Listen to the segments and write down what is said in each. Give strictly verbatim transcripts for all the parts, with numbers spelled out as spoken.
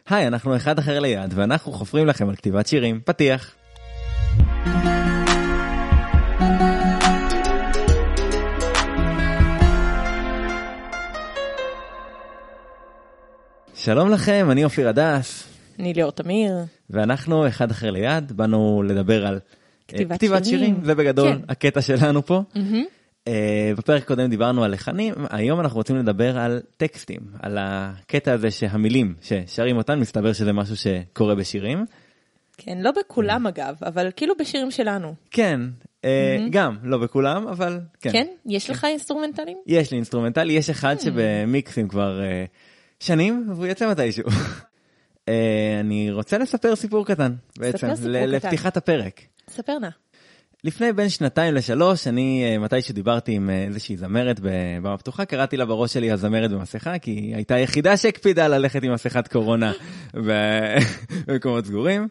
היי, אנחנו אחד אחר ליד, ואנחנו חופרים לכם על כתיבת שירים. פתיח. שלום לכם, אני אופיר הדס. אני ליאור תמיר. ואנחנו אחד אחר ליד, באנו לדבר על כתיבת, כתיבת שירים. שירים. זה בגדול כן. הקטע שלנו פה. Mm-hmm. Uh, בפרק קודם דיברנו על לחנים, היום אנחנו רוצים לדבר על טקסטים, על הקטע הזה שהמילים ששרים אותן, מסתבר שזה משהו שקורה בשירים. כן, לא בכולם אגב, אבל כאילו בשירים שלנו. כן, uh, mm-hmm. גם, לא בכולם, אבל כן. כן? יש לך אינסטרומנטלים? יש לי אינסטרומנטל, יש אחד mm-hmm. שבמיקסים כבר uh, שנים, והוא יצא מתישהו. uh, אני רוצה לספר סיפור קטן, בעצם, סיפור ל- לפתיחת הפרק. ספר נא. לפני בין שנתיים לשלוש, אני מתי שדיברתי עם איזושהי זמרת בבמה פתוחה, קראתי לה בראש שלי הזמרת במסכה, כי היא הייתה היחידה שהקפידה ללכת עם מסכת קורונה במקומות סגורים.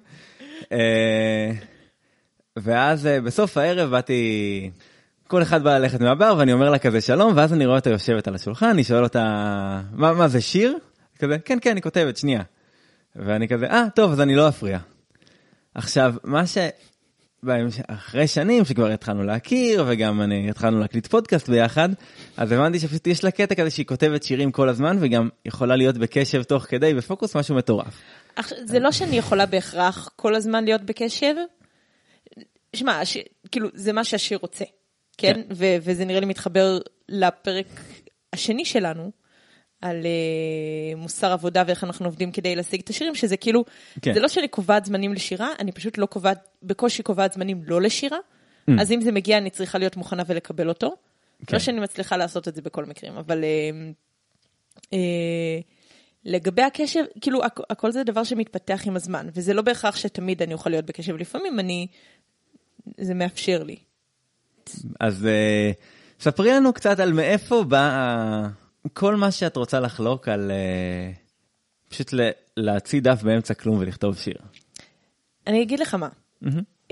ואז בסוף הערב באתי, כל אחד בא ללכת מהבר, ואני אומר לה כזה שלום, ואז אני רואה אותה יושבת על השולחן, אני שואל אותה, מה, מה זה שיר? כזה, כן, כן, אני כותבת, שנייה. ואני כזה, אה, טוב, אז אני לא אפריע. עכשיו, מה ש... אחרי שנים שכבר התחלנו להכיר, וגם אני, התחלנו להקליט פודקאסט ביחד, אז הבנתי שפשוט יש לה קטע כזה שהיא כותבת שירים כל הזמן, וגם יכולה להיות בקשב תוך כדי, בפוקוס משהו מטורף. זה לא שאני יכולה בהכרח כל הזמן להיות בקשב, שמע, כאילו, זה מה שהשיר רוצה, כן? כן. ו- וזה נראה לי מתחבר לפרק השני שלנו, על uh, מוסר עבודה ואיך אנחנו עובדים כדי להשיג את השירים, שזה כאילו, כן. זה לא שאני קובעת זמנים לשירה, אני פשוט לא קובעת, בקושי קובעת זמנים לא לשירה, mm. אז אם זה מגיע אני צריכה להיות מוכנה ולקבל אותו, כן. לא שאני מצליחה לעשות את זה בכל מקרים, אבל uh, uh, לגבי הקשב, כאילו הכ- הכל זה דבר שמתפתח עם הזמן, וזה לא בהכרח שתמיד אני אוכל להיות בקשב, לפעמים אני, זה מאפשר לי. אז uh, ספרי לנו קצת על מאיפה בא... כל מה שאת רוצה לחלוק על uh, פשוט ל- להציא דף באמצע כלום ולכתוב שיר. אני אגיד לך מה. Mm-hmm. Uh,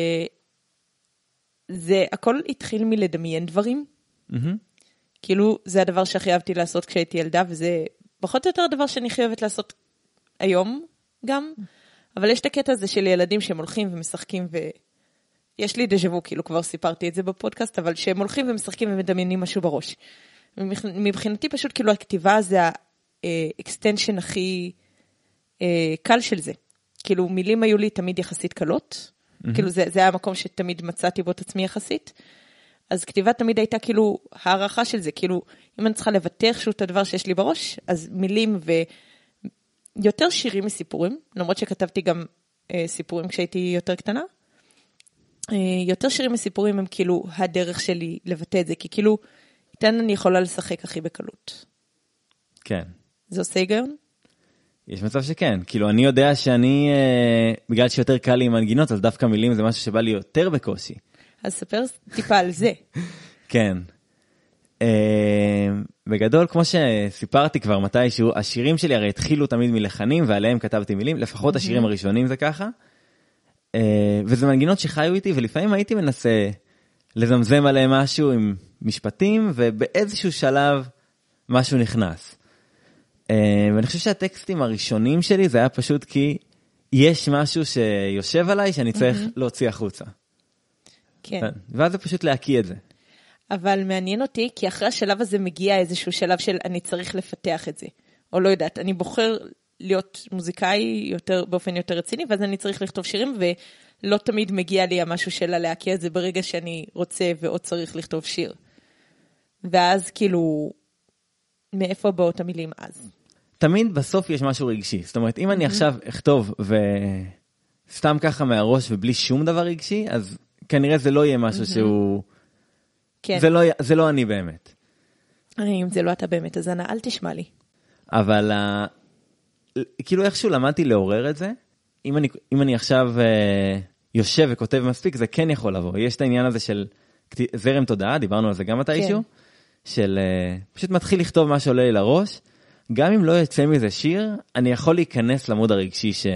זה הכל התחיל מלדמיין דברים. Mm-hmm. כאילו זה הדבר שהכי אהבתי לעשות כשהייתי ילדה, וזה פחות או יותר הדבר שאני חייבת לעשות היום גם. אבל יש את הקטע הזה של ילדים שהם הולכים ומשחקים, ויש לי דז'וו, כאילו כבר סיפרתי את זה בפודקאסט, אבל שהם הולכים ומשחקים ומדמיינים משהו בראש. מבחינתי פשוט כאילו הכתיבה זה האקסטנשן הכי קל של זה. כאילו מילים היו לי תמיד יחסית קלות, כאילו זה, זה היה המקום שתמיד מצאתי בו את עצמי יחסית, אז כתיבה תמיד הייתה כאילו הערכה של זה, כאילו אם אני צריכה לבטא איכשהו את הדבר שיש לי בראש, אז מילים ויותר שירים מסיפורים, למרות שכתבתי גם סיפורים כשהייתי יותר קטנה, יותר שירים מסיפורים הם כאילו הדרך שלי לבטא את זה, כי כאילו איתן אני יכולה לשחק הכי בקלות. כן. זה עושה היגיון? יש מצב שכן. כאילו, אני יודע שאני, אה, בגלל שיותר קל לי עם מנגינות, אז דווקא מילים זה משהו שבא לי יותר בקושי. אז ספר טיפה על זה. כן. אה, בגדול, כמו שסיפרתי כבר מתישהו, השירים שלי הרי התחילו תמיד מלחנים, ועליהם כתבתי מילים, לפחות השירים הראשונים זה ככה. אה, וזה מנגינות שחיו איתי, ולפעמים הייתי מנסה לזמזם עליהם משהו עם משפטים, ובאיזשהו שלב משהו נכנס. ואני חושב שהטקסטים הראשונים שלי, זה היה פשוט כי יש משהו שיושב עליי, שאני צריך להוציא החוצה. כן. ואז זה פשוט להקיא את זה. אבל מעניין אותי, כי אחרי השלב הזה מגיע איזשהו שלב של אני צריך לפתח את זה. או לא יודעת, אני בוחר להיות מוזיקאי יותר, באופן יותר רציני, ואז אני צריך לכתוב שירים, ולא תמיד מגיע לי המשהו שלה להקיא את זה ברגע שאני רוצה ועוד צריך לכתוב שיר. ואז כאילו, מאיפה באות המילים אז? תמיד בסוף יש משהו רגשי. זאת אומרת, אם אני עכשיו אכתוב וסתם ככה מהראש ובלי שום דבר רגשי, אז כנראה זה לא יהיה משהו שהוא... כן. זה לא, זה לא אני באמת. אם זה לא אתה באמת, אז אנא, אל תשמע לי. אבל כאילו איכשהו למדתי לעורר את זה. אם אני, אם אני עכשיו יושב וכותב מספיק, זה כן יכול לבוא. יש את העניין הזה של זרם תודעה, דיברנו על זה גם מתישהו, כן. של פשוט מתחיל לכתוב מה שעולה לי לראש, גם אם לא יצא מזה שיר, אני יכול להיכנס למוד הרגשי ש...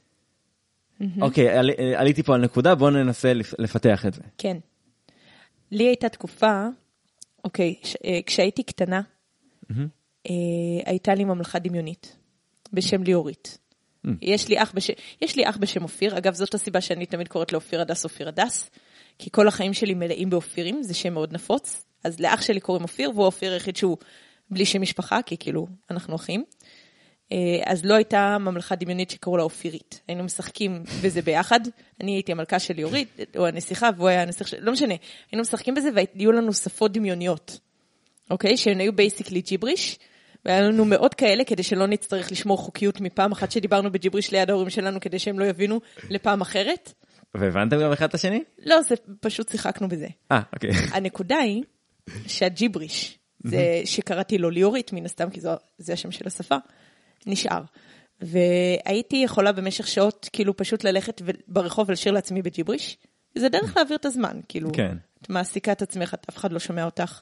אוקיי, על, עליתי פה על נקודה, בואו ננסה לפתח את זה. כן. לי הייתה תקופה, אוקיי, ש... כשהייתי קטנה, הייתה לי ממלכה דמיונית, בשם ליאורית. יש לי אח בשם, יש לי אח בשם אופיר, אגב זאת הסיבה שאני תמיד קוראת לאופיר הדס אופיר הדס, כי כל החיים שלי מלאים באופירים, זה שם מאוד נפוץ, אז לאח שלי קוראים אופיר, והוא האופיר היחיד שהוא בלי שם משפחה, כי כאילו אנחנו אחים. אז לא הייתה ממלכה דמיונית שקראו לה אופירית. היינו משחקים בזה ביחד, אני הייתי המלכה של יורית, או הנסיכה, והוא היה הנסיך של... לא משנה, היינו משחקים בזה, והיו לנו שפות דמיוניות, אוקיי? שהן היו בייסיקלי ג'יבריש, והיה לנו מאוד כאלה, כדי שלא נצטרך לשמור חוקיות מפעם אחת שדיברנו בג'יבריש ליד ההורים שלנו, כדי שהם לא יבינו לפעם אחרת. והבנתם גם אחד את השני? לא, זה פשוט שיחקנו בזה. אה, אוקיי. הנקודה היא שהג'יבריש, זה שקראתי לו ליאורית, מן הסתם, כי זה השם של השפה, נשאר. והייתי יכולה במשך שעות, כאילו פשוט ללכת ברחוב ולשיר לעצמי בג'יבריש. זה דרך להעביר את הזמן, כאילו. כן. את מעסיקה את עצמך, אף אחד לא שומע אותך.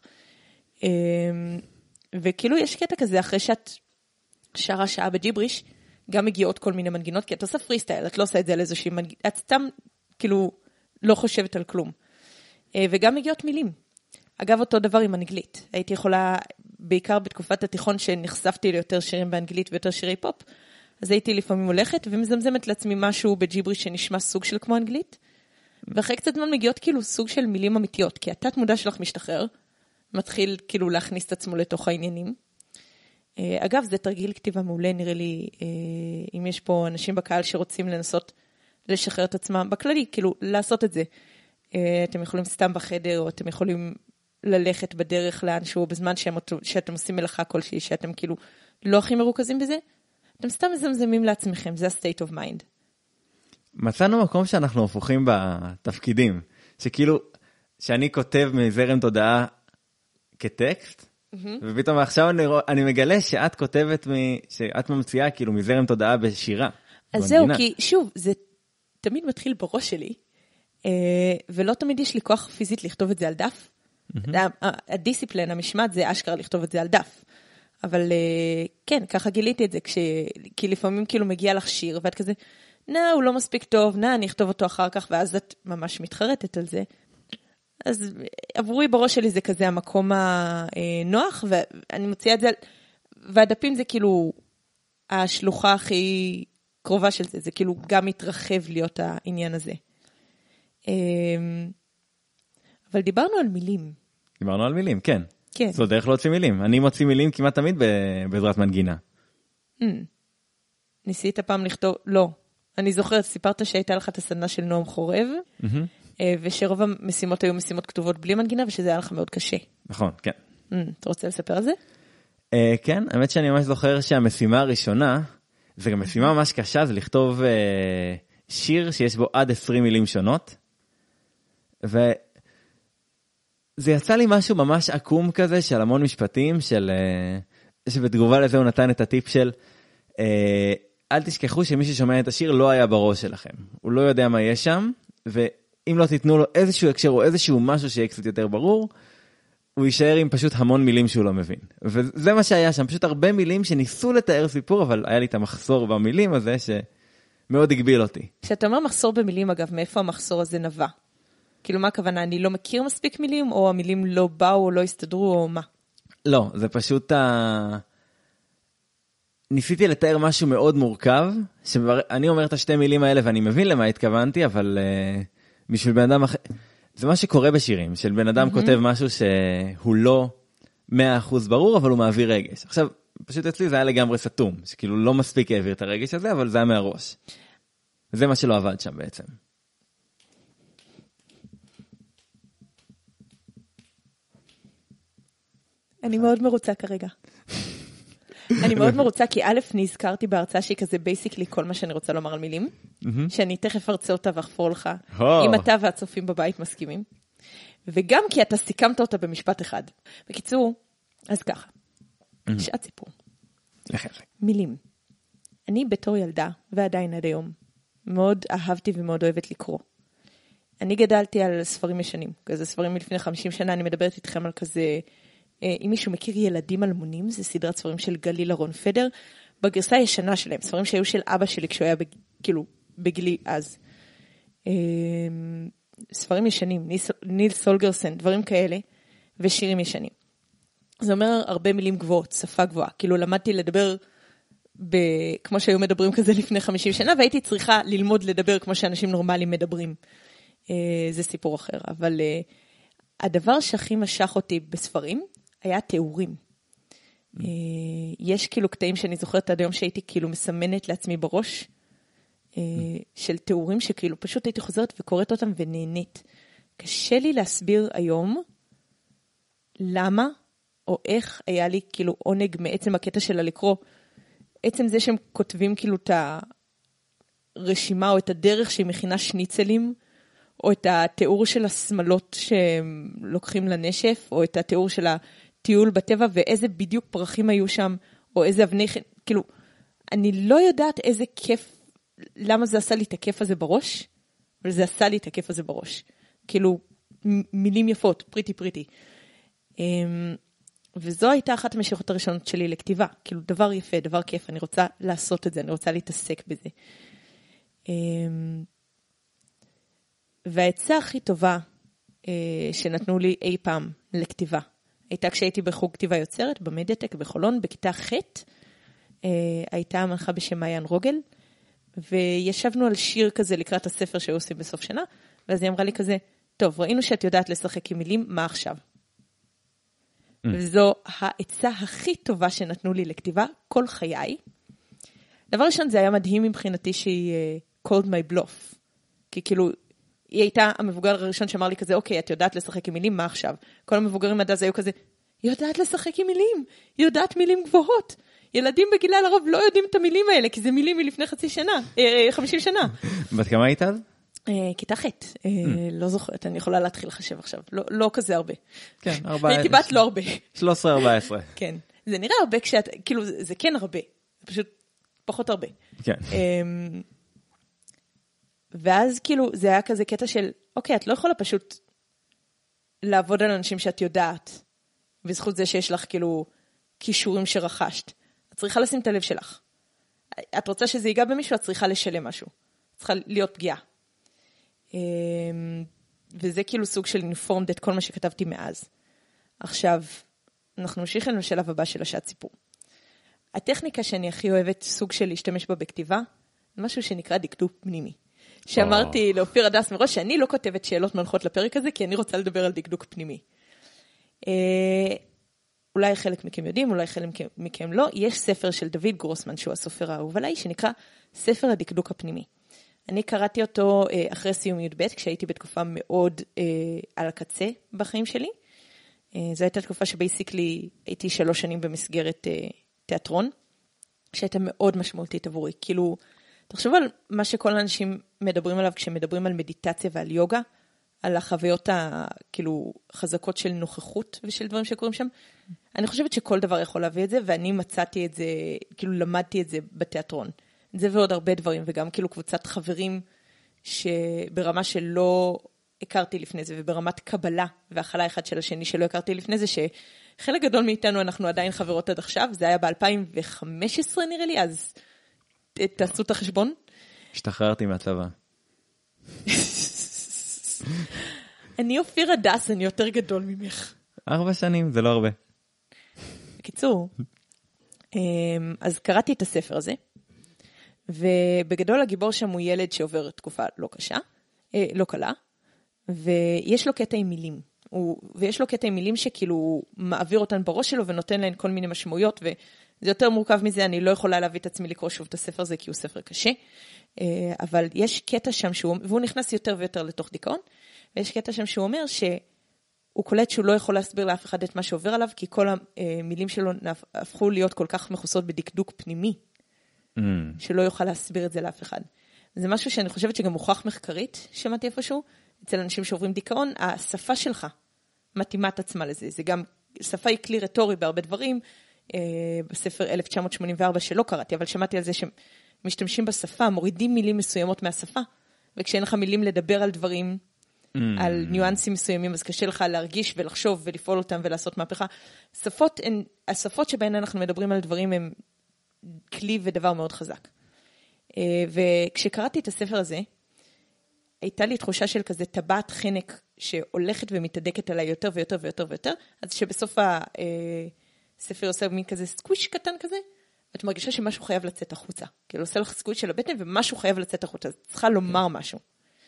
וכאילו יש קטע כזה, אחרי שאת שרה שעה בג'יבריש, גם מגיעות כל מיני מנגינות, כי את עושה פרי סטייל, את לא עושה את זה על איזושהי מנגינה, את סתם, כאילו, לא חושבת על כלום. וגם מגיעות מילים. אגב, אותו דבר עם אנגלית. הייתי יכולה, בעיקר בתקופת התיכון, שנחשפתי ליותר שירים באנגלית ויותר שירי פופ, אז הייתי לפעמים הולכת ומזמזמת לעצמי משהו בג'יבריש שנשמע סוג של כמו אנגלית, ואחרי קצת זמן מגיעות כאילו סוג של מילים אמיתיות, כי התת מודע שלך משתחרר, מתחיל כאילו להכניס את עצמו לתוך העניינים. אגב, זה תרגיל כתיבה מעולה, נראה לי, אם יש פה אנשים בקהל שרוצים לנסות לשחרר את עצמם, בכללי, כאילו, לעשות את זה. אתם יכולים סתם בחדר, או אתם יכולים ללכת בדרך לאנשהו, בזמן שאתם עושים מלאכה כלשהי, שאתם כאילו לא הכי מרוכזים בזה, אתם סתם מזמזמים לעצמכם, זה ה-state of mind. מצאנו מקום שאנחנו הפוכים בתפקידים, שכאילו, שאני כותב מזרם תודעה כטקסט, ופתאום עכשיו אני, אני מגלה שאת כותבת, שאת ממציאה כאילו מזרם תודעה בשירה. אז זהו, כי שוב, זה תמיד מתחיל בראש שלי, ולא תמיד יש לי כוח פיזית לכתוב את זה על דף. הדיסציפלין, המשמעת, זה אשכרה לכתוב את זה על דף. אבל כן, ככה גיליתי את זה, כי לפעמים כאילו מגיע לך שיר, ואת כזה, נה, הוא לא מספיק טוב, נה, אני אכתוב אותו אחר כך, ואז את ממש מתחרטת על זה. אז עבורי בראש שלי זה כזה המקום הנוח, ואני מוציאה את זה, והדפים זה כאילו השלוחה הכי קרובה של זה, זה כאילו גם מתרחב להיות העניין הזה. אבל דיברנו על מילים. דיברנו על מילים, כן. כן. זו דרך להוציא מילים. אני מוציא מילים כמעט תמיד בעזרת מנגינה. ניסית פעם לכתוב, לא. אני זוכרת, סיפרת שהייתה לך את הסדנה של נועם חורב, ושרוב המשימות היו משימות כתובות בלי מנגינה, ושזה היה לך מאוד קשה. נכון, כן. אתה רוצה לספר על זה? כן, האמת שאני ממש זוכר שהמשימה הראשונה, זה גם משימה ממש קשה, זה לכתוב שיר שיש בו עד עשרים מילים שונות, וזה יצא לי משהו ממש עקום כזה, של המון משפטים, של, שבתגובה לזה הוא נתן את הטיפ של, אל תשכחו שמי ששומע את השיר לא היה בראש שלכם. הוא לא יודע מה יש שם, ואם לא תיתנו לו איזשהו הקשר או איזשהו משהו שיהיה קצת יותר ברור, הוא יישאר עם פשוט המון מילים שהוא לא מבין. וזה מה שהיה שם, פשוט הרבה מילים שניסו לתאר סיפור, אבל היה לי את המחסור במילים הזה שמאוד הגביל אותי. כשאתה אומר מחסור במילים, אגב, מאיפה המחסור הזה נבע? כאילו מה הכוונה, אני לא מכיר מספיק מילים, או המילים לא באו או לא הסתדרו, או מה? לא, זה פשוט ה... ניסיתי לתאר משהו מאוד מורכב, שאני אומר את השתי מילים האלה ואני מבין למה התכוונתי, אבל uh, בשביל בן אדם אחר, זה מה שקורה בשירים, של בן אדם mm-hmm. כותב משהו שהוא לא מאה אחוז ברור, אבל הוא מעביר רגש. עכשיו, פשוט אצלי זה היה לגמרי סתום, שכאילו לא מספיק העביר את הרגש הזה, אבל זה היה מהראש. זה מה שלא עבד שם בעצם. אני מאוד מרוצה כרגע. אני מאוד מרוצה, כי א' נזכרתי בהרצאה שהיא כזה בייסיקלי כל מה שאני רוצה לומר על מילים, שאני תכף ארצה אותה ואחפור לך, אם אתה והצופים בבית מסכימים, וגם כי אתה סיכמת אותה במשפט אחד. בקיצור, אז ככה, שעת סיפור. מילים. אני בתור ילדה, ועדיין עד היום, מאוד אהבתי ומאוד אוהבת לקרוא. אני גדלתי על ספרים ישנים, כזה ספרים מלפני חמישים שנה, אני מדברת איתכם על כזה... אם מישהו מכיר ילדים אלמונים, זה סדרת ספרים של גליל ארון פדר, בגרסה הישנה שלהם, ספרים שהיו של אבא שלי כשהוא היה בג... כאילו בגילי אז. ספרים ישנים, ניל סולגרסן, דברים כאלה, ושירים ישנים. זה אומר הרבה מילים גבוהות, שפה גבוהה, כאילו למדתי לדבר ב- כמו שהיו מדברים כזה לפני חמישים שנה, והייתי צריכה ללמוד לדבר כמו שאנשים נורמליים מדברים. זה סיפור אחר, אבל הדבר שהכי משך אותי בספרים היה תיאורים. יש כאילו קטעים שאני זוכרת עד היום שהייתי כאילו מסמנת לעצמי בראש, של תיאורים שכאילו פשוט הייתי חוזרת וקוראת אותם ונהנית. קשה לי להסביר היום למה או איך היה לי כאילו עונג מעצם הקטע שלה לקרוא, עצם זה שהם כותבים כאילו את הרשימה או את הדרך שהיא מכינה שניצלים, או את התיאור של הסמלות שהם לוקחים לנשף, או את התיאור של הטיול בטבע, ואיזה בדיוק פרחים היו שם, או איזה אבני, כאילו, אני לא יודעת איזה כיף, למה זה עשה לי את הכיף הזה בראש, אבל זה עשה לי את הכיף הזה בראש. כאילו, מילים יפות, פריטי פריטי. וזו הייתה אחת המשיכות הראשונות שלי לכתיבה, כאילו דבר יפה, דבר כיף, אני רוצה לעשות את זה, אני רוצה להתעסק בזה. והעצה הכי טובה שנתנו לי אי פעם לכתיבה, הייתה כשהייתי בחוג כתיבה יוצרת, במדיאטק בחולון, בכיתה ח', הייתה המנחה בשם מעיין רוגל, וישבנו על שיר כזה לקראת הספר שהיו עושים בסוף שנה, ואז היא אמרה לי כזה, טוב, ראינו שאת יודעת לשחק עם מילים, מה עכשיו? וזו העצה הכי טובה שנתנו לי לכתיבה כל חיי. דבר ראשון, זה היה מדהים מבחינתי שהיא uh, called my bluff. כי כאילו, היא הייתה המבוגר הראשון שאמר לי כזה, אוקיי, את יודעת לשחק עם מילים, מה עכשיו? כל המבוגרים עד אז היו כזה, היא יודעת לשחק עם מילים, היא יודעת מילים גבוהות. ילדים בגילה לרוב לא יודעים את המילים האלה, כי זה מילים מלפני חצי שנה, אה, חמישים שנה. בת כמה היית אז? כיתה ח', לא זוכרת, אני יכולה להתחיל לחשב עכשיו, לא כזה הרבה. כן, ארבע עשרה. הייתי בת לא הרבה. שלוש עשרה ארבע עשרה. כן, זה נראה הרבה כשאת, כאילו זה כן הרבה, זה פשוט פחות הרבה. כן. ואז כאילו זה היה כזה קטע של, אוקיי, את לא יכולה פשוט לעבוד על אנשים שאת יודעת, בזכות זה שיש לך כאילו כישורים שרכשת. את צריכה לשים את הלב שלך. את רוצה שזה ייגע במישהו, את צריכה לשלם משהו. את צריכה להיות פגיעה. וזה כאילו סוג של אינפורמד את כל מה שכתבתי מאז. עכשיו, אנחנו נמשיכים לשלב הבא של השעת סיפור. הטכניקה שאני הכי אוהבת, סוג של להשתמש בה בכתיבה, משהו שנקרא דקדוק פנימי. שאמרתי לאופיר הדס מראש, שאני לא כותבת שאלות מנחות לפרק הזה, כי אני רוצה לדבר על דקדוק פנימי. אולי חלק מכם יודעים, אולי חלק מכם לא. יש ספר של דוד גרוסמן, שהוא הסופר האהוב עליי, שנקרא ספר הדקדוק הפנימי. אני קראתי אותו אחרי סיום י"ב, כשהייתי בתקופה מאוד על הקצה בחיים שלי. זו הייתה תקופה שבייסיקלי הייתי שלוש שנים במסגרת תיאטרון, שהייתה מאוד משמעותית עבורי. כאילו, תחשבו על מה שכל האנשים מדברים עליו, כשמדברים על מדיטציה ועל יוגה, על החוויות כאילו חזקות של נוכחות ושל דברים שקורים שם. אני חושבת שכל דבר יכול להביא את זה, ואני מצאתי את זה, כאילו למדתי את זה בתיאטרון. זה ועוד הרבה דברים, וגם כאילו קבוצת חברים שברמה שלא הכרתי לפני זה, וברמת קבלה והחלה אחד של השני שלא הכרתי לפני זה, שחלק גדול מאיתנו אנחנו עדיין חברות עד עכשיו, זה היה ב-אלפיים וחמש עשרה נראה לי, אז תעשו את החשבון. השתחררתי מהצבא. אני אופיר הדס, אני יותר גדול ממך. ארבע שנים, זה לא הרבה. בקיצור, אז קראתי את הספר הזה, ובגדול הגיבור שם הוא ילד שעובר תקופה לא קשה, לא קלה, ויש לו קטע עם מילים. הוא, ויש לו קטע עם מילים שכאילו הוא מעביר אותן בראש שלו ונותן להן כל מיני משמעויות, וזה יותר מורכב מזה, אני לא יכולה להביא את עצמי לקרוא שוב את הספר הזה, כי הוא ספר קשה, אבל יש קטע שם שהוא, והוא נכנס יותר ויותר לתוך דיכאון, ויש קטע שם שהוא אומר שהוא קולט שהוא לא יכול להסביר לאף אחד את מה שעובר עליו, כי כל המילים שלו הפכו להיות כל כך מכוסות בדקדוק פנימי, mm. שלא יוכל להסביר את זה לאף אחד. זה משהו שאני חושבת שגם מוכח מחקרית, שמעתי איפשהו, אצל אנשים שעוברים דיכאון, השפה שלך מתאימה את עצמה לזה. זה גם, שפה היא כלי רטורי בהרבה דברים, בספר אלף תשע מאות שמונים וארבע שלא קראתי, אבל שמעתי על זה שמשתמשים בשפה, מורידים מילים מסוימות מהשפה, וכשאין לך מילים לדבר על דברים, mm. על ניואנסים מסוימים, אז קשה לך להרגיש ולחשוב ולפעול אותם ולעשות מהפכה. שפות, הן, השפות שבהן אנחנו מדברים על דברים הן כלי ודבר מאוד חזק. וכשקראתי את הספר הזה, הייתה לי תחושה של כזה טבעת חנק שהולכת ומתדקת עליי יותר ויותר ויותר ויותר, אז שבסוף הספר עושה מין כזה סקוויש קטן כזה, את מרגישה שמשהו חייב לצאת החוצה. כאילו עושה לך סקוויץ' של הבטן, ומשהו חייב לצאת החוצה. אז צריכה לומר משהו.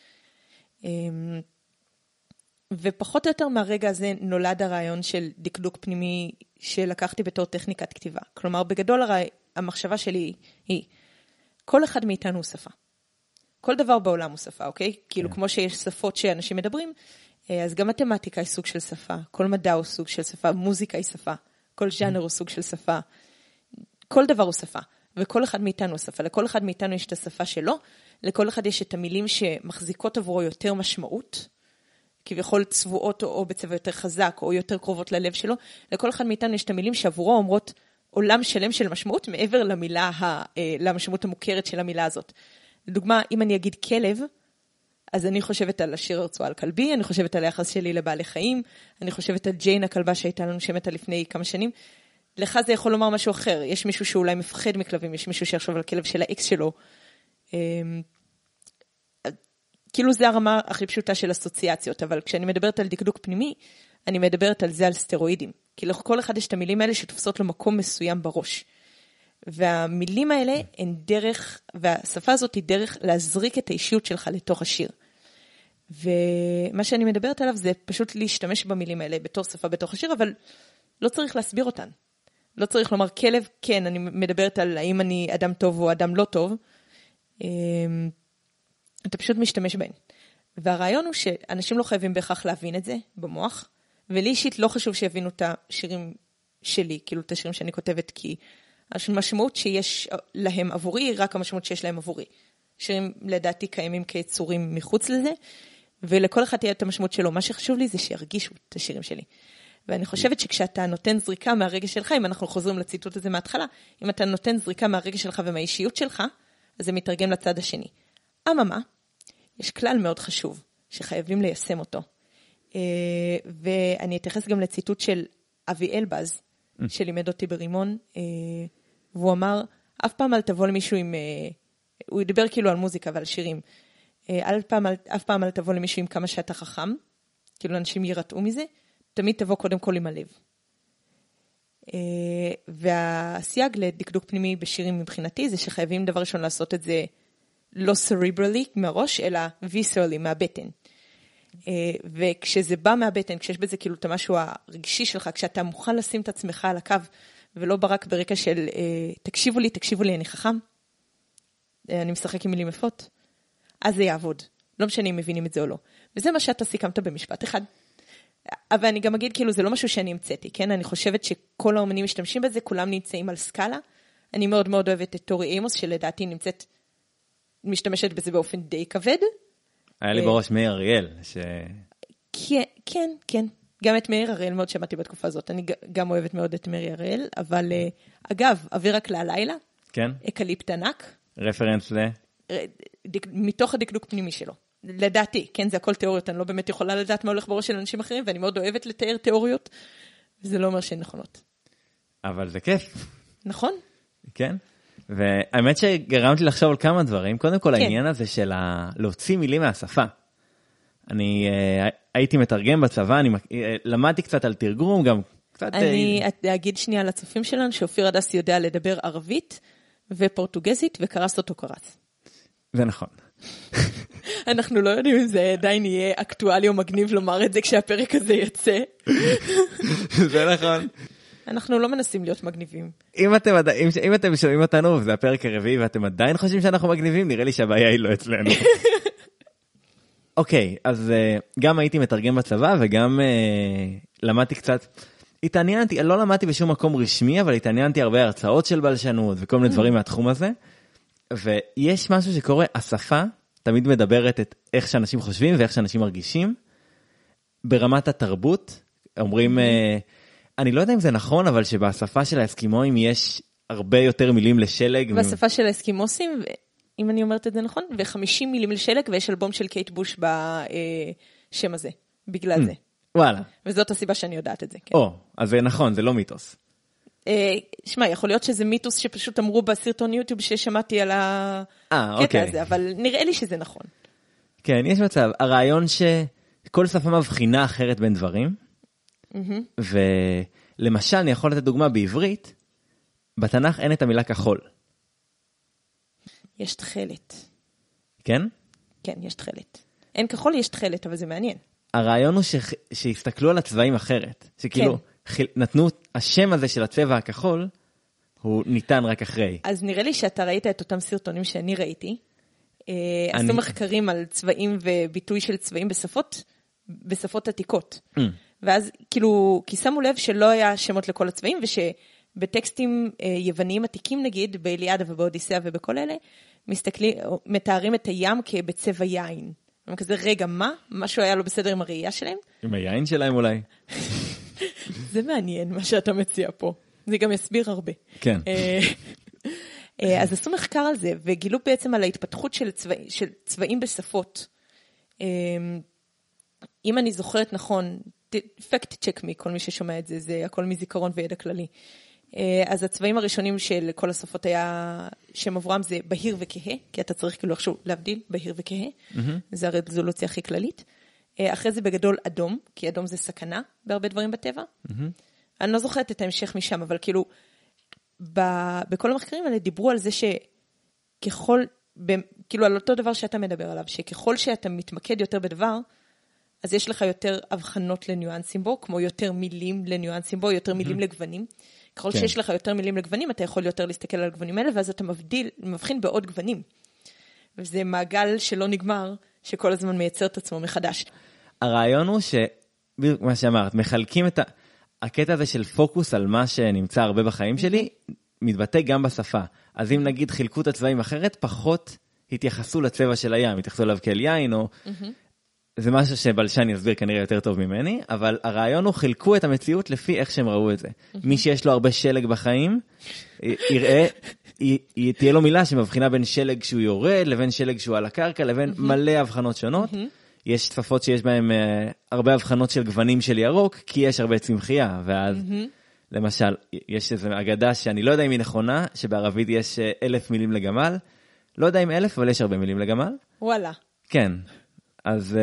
ופחות או יותר מהרגע הזה נולד הרעיון של דקדוק פנימי שלקחתי בתור טכניקת כתיבה. כלומר, בגדול המחשבה שלי היא, כל אחד מאיתנו הוא שפה. כל דבר בעולם הוא שפה, אוקיי? כאילו כמו שיש שפות שאנשים מדברים, אז גם מתמטיקה היא סוג של שפה, כל מדע הוא סוג של שפה, מוזיקה היא שפה, כל ז'אנר הוא סוג של שפה, כל דבר הוא שפה, וכל אחד מאיתנו הוא שפה, לכל אחד מאיתנו יש את השפה שלו, לכל אחד יש את המילים שמחזיקות עבורו יותר משמעות, כביכול צבועות או בצבע יותר חזק, או יותר קרובות ללב שלו, לכל אחד מאיתנו יש את המילים שעבורו אומרות עולם שלם של משמעות, מעבר למילה, למשמעות המוכרת של המילה הזאת. לדוגמה, אם אני אגיד כלב, אז אני חושבת על השיר הרצועה על כלבי, אני חושבת על היחס שלי לבעלי חיים, אני חושבת על ג'יין הכלבה שהייתה לנו שמתה לפני כמה שנים. לך זה יכול לומר משהו אחר. יש מישהו שאולי מפחד מכלבים, יש מישהו שיחשוב על הכלב של האקס שלו. כאילו זה הרמה הכי פשוטה של אסוציאציות, אבל כשאני מדברת על דקדוק פנימי, אני מדברת על זה על סטרואידים. כי לכל אחד יש את המילים האלה שתופסות לו מקום מסוים בראש. והמילים האלה הן דרך, והשפה הזאת היא דרך להזריק את האישיות שלך לתוך השיר. ומה שאני מדברת עליו זה פשוט להשתמש במילים האלה בתור שפה בתוך השיר, אבל לא צריך להסביר אותן. לא צריך לומר כלב, כן, אני מדברת על האם אני אדם טוב או אדם לא טוב. אתה פשוט משתמש בהן. והרעיון הוא שאנשים לא חייבים בהכרח להבין את זה במוח, ולי אישית לא חשוב שיבינו את השירים שלי, כאילו את השירים שאני כותבת, כי המשמעות שיש להם עבורי היא רק המשמעות שיש להם עבורי. שירים לדעתי קיימים כיצורים מחוץ לזה, ולכל אחד תהיה את המשמעות שלו. מה שחשוב לי זה שירגישו את השירים שלי. ואני חושבת שכשאתה נותן זריקה מהרגע שלך, אם אנחנו חוזרים לציטוט הזה מההתחלה, אם אתה נותן זריקה מהרגע שלך ומהאישיות שלך, אז זה מתרגם לצד השני. אממה, יש כלל מאוד חשוב שחייבים ליישם אותו. ואני אתייחס גם לציטוט של אבי אלבז, שלימד אותי ברימון, והוא אמר, אף פעם אל תבוא למישהו עם, הוא ידבר כאילו על מוזיקה ועל שירים, אף פעם, אף פעם אל תבוא למישהו עם כמה שאתה חכם, כאילו אנשים ירתעו מזה, תמיד תבוא קודם כל עם הלב. והסייג לדקדוק פנימי בשירים מבחינתי, זה שחייבים דבר ראשון לעשות את זה לא סריברלי מהראש, אלא ויסרלי, מהבטן. וכשזה בא מהבטן, כשיש בזה כאילו את המשהו הרגשי שלך, כשאתה מוכן לשים את עצמך על הקו, ולא ברק ברקע של תקשיבו לי, תקשיבו לי, אני חכם, אני משחק עם מילים יפות, אז זה יעבוד. לא משנה אם מבינים את זה או לא. וזה מה שאתה סיכמת במשפט אחד. אבל אני גם אגיד, כאילו, זה לא משהו שאני המצאתי, כן? אני חושבת שכל האומנים משתמשים בזה, כולם נמצאים על סקאלה. אני מאוד מאוד אוהבת את טורי אימוס, שלדעתי נמצאת, משתמשת בזה באופן די כבד. היה לי בראש מאיר אריאל, ש... כן, כן, כן. גם את מאיר אריאל מאוד שמעתי בתקופה הזאת. אני גם אוהבת מאוד את מאיר אריאל, אבל אגב, אוויר רק להלילה. כן. אקליפט ענק. רפרנס ל... מתוך הדקדוק פנימי שלו. לדעתי, כן, זה הכל תיאוריות, אני לא באמת יכולה לדעת מה הולך בראש של אנשים אחרים, ואני מאוד אוהבת לתאר תיאוריות, וזה לא אומר שהן נכונות. אבל זה כיף. נכון. כן. והאמת שגרמת לי לחשוב על כמה דברים. קודם כל, העניין הזה של להוציא מילים מהשפה. אני הייתי מתרגם בצבא, אני למדתי קצת על תרגום, גם קצת... אני אגיד שנייה לצופים שלנו, שאופיר הדס יודע לדבר ערבית ופורטוגזית, וקרס אותו קרס. זה נכון. אנחנו לא יודעים אם זה עדיין יהיה אקטואלי או מגניב לומר את זה כשהפרק הזה יצא. זה נכון. אנחנו לא מנסים להיות מגניבים. אם אתם, אם, אם אתם שומעים אותנו, וזה הפרק הרביעי, ואתם עדיין חושבים שאנחנו מגניבים, נראה לי שהבעיה היא לא אצלנו. אוקיי, אז גם הייתי מתרגם בצבא, וגם למדתי קצת, התעניינתי, לא למדתי בשום מקום רשמי, אבל התעניינתי הרבה הרצאות של בלשנות, וכל מיני דברים מהתחום הזה. ויש משהו שקורה, השפה תמיד מדברת את איך שאנשים חושבים ואיך שאנשים מרגישים. ברמת התרבות, אומרים, אני לא יודע אם זה נכון, אבל שבשפה של האסקימואים יש הרבה יותר מילים לשלג. בשפה של האסקימוסים, אם אני אומרת את זה נכון, ו-חמישים מילים לשלג, ויש אלבום של קייט בוש בשם הזה, בגלל זה. וואלה. וזאת הסיבה שאני יודעת את זה. או, אז זה נכון, זה לא מיתוס. שמע, יכול להיות שזה מיתוס שפשוט אמרו בסרטון יוטיוב ששמעתי על הקטע הזה, אבל נראה לי שזה נכון. כן, יש מצב. הרעיון שכל שפה מבחינה אחרת בין דברים, ולמשל, אני יכול לתת דוגמה בעברית, בתנ"ך אין את המילה כחול. יש תחלת. כן? כן, יש תחלת. אין כחול, יש תחלת, אבל זה מעניין. הרעיון הוא ש... שהסתכלו על הצבעים אחרת. שכאילו, כן. חיל... נתנו, השם הזה של הצבע הכחול, הוא ניתן רק אחרי. אז נראה לי שאתה ראית את אותם סרטונים שאני ראיתי. אני... עשו מחקרים על צבעים וביטוי של צבעים בשפות, בשפות עתיקות. Mm. ואז כאילו, כי שמו לב שלא היה שמות לכל הצבעים, ושבטקסטים יווניים עתיקים נגיד, באליאדה ובאודיסאה ובכל אלה, מסתכלים, מתארים את הים כבצבע יין. הם כזה, רגע, מה? משהו היה לא בסדר עם הראייה שלהם? עם היין שלהם אולי. זה מעניין מה שאתה מציע פה. זה גם יסביר הרבה. כן. אז עשו מחקר על זה, וגילו בעצם על ההתפתחות של, צבע, של צבעים בשפות. אם אני זוכרת נכון, fact check me, כל מי ששומע את זה, זה הכל מזיכרון וידע כללי. אז הצבעים הראשונים של כל השפות היה, שם עבורם זה בהיר וכהה, כי אתה צריך כאילו עכשיו להבדיל, בהיר וכהה. Mm-hmm. זה הרזולוציה הכי כללית. אחרי זה בגדול אדום, כי אדום זה סכנה בהרבה דברים בטבע. Mm-hmm. אני לא זוכרת את ההמשך משם, אבל כאילו, ב, בכל המחקרים האלה דיברו על זה שככל, ב, כאילו על אותו דבר שאתה מדבר עליו, שככל שאתה מתמקד יותר בדבר, אז יש לך יותר הבחנות לניואנסים בו, כמו יותר מילים לניואנסים בו, יותר מילים mm-hmm. לגוונים. ככל כן. שיש לך יותר מילים לגוונים, אתה יכול יותר להסתכל על הגוונים האלה, ואז אתה מבדיל, מבחין בעוד גוונים. וזה מעגל שלא נגמר, שכל הזמן מייצר את עצמו מחדש. הרעיון הוא ש, מה שאמרת, מחלקים את ה... הקטע הזה של פוקוס על מה שנמצא הרבה בחיים שלי, מתבטא גם בשפה. אז אם נגיד חילקו את הצבעים אחרת, פחות התייחסו לצבע של הים, התייחסו אליו כאל יין, או... זה משהו שבלשן יסביר כנראה יותר טוב ממני, אבל הרעיון הוא חילקו את המציאות לפי איך שהם ראו את זה. מי שיש לו הרבה שלג בחיים, יראה, תהיה לו מילה שמבחינה בין שלג שהוא יורד, לבין שלג שהוא על הקרקע, לבין מלא הבחנות שונות. יש שפות שיש בהן הרבה הבחנות של גוונים של ירוק, כי יש הרבה צמחייה, ואז למשל, יש איזו אגדה שאני לא יודע אם היא נכונה, שבערבית יש אלף מילים לגמל, לא יודע אם אלף, אבל יש הרבה מילים לגמל. וואלה. כן. אז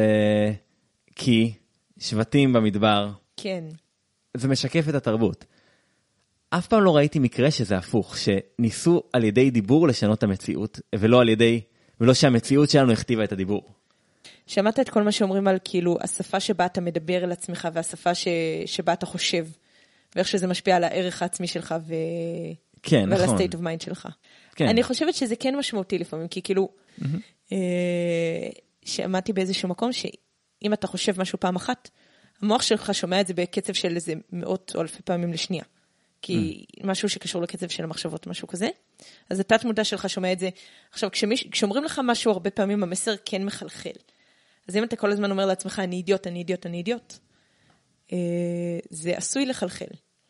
כי שבטים במדבר, כן. זה משקף את התרבות. אף פעם לא ראיתי מקרה שזה הפוך, שניסו על ידי דיבור לשנות את המציאות, ולא על ידי, ולא שהמציאות שלנו הכתיבה את הדיבור. שמעת את כל מה שאומרים על כאילו השפה שבה אתה מדבר אל עצמך, והשפה ש... שבה אתה חושב, ואיך שזה משפיע על הערך העצמי שלך, ו... כן, ועל נכון. ה-state of mind שלך. כן. אני חושבת שזה כן משמעותי לפעמים, כי כאילו, mm-hmm. אה... שמעתי באיזשהו מקום, שאם אתה חושב משהו פעם אחת, המוח שלך שומע את זה בקצב של איזה מאות או אלפי פעמים לשנייה. כי mm. משהו שקשור לקצב של המחשבות, משהו כזה. אז התת מודע שלך שומע את זה. עכשיו, כשמיש, כשאומרים לך משהו הרבה פעמים, המסר כן מחלחל. אז אם אתה כל הזמן אומר לעצמך, אני אידיוט, אני אידיוט, אני אידיוט, אה, זה עשוי לחלחל.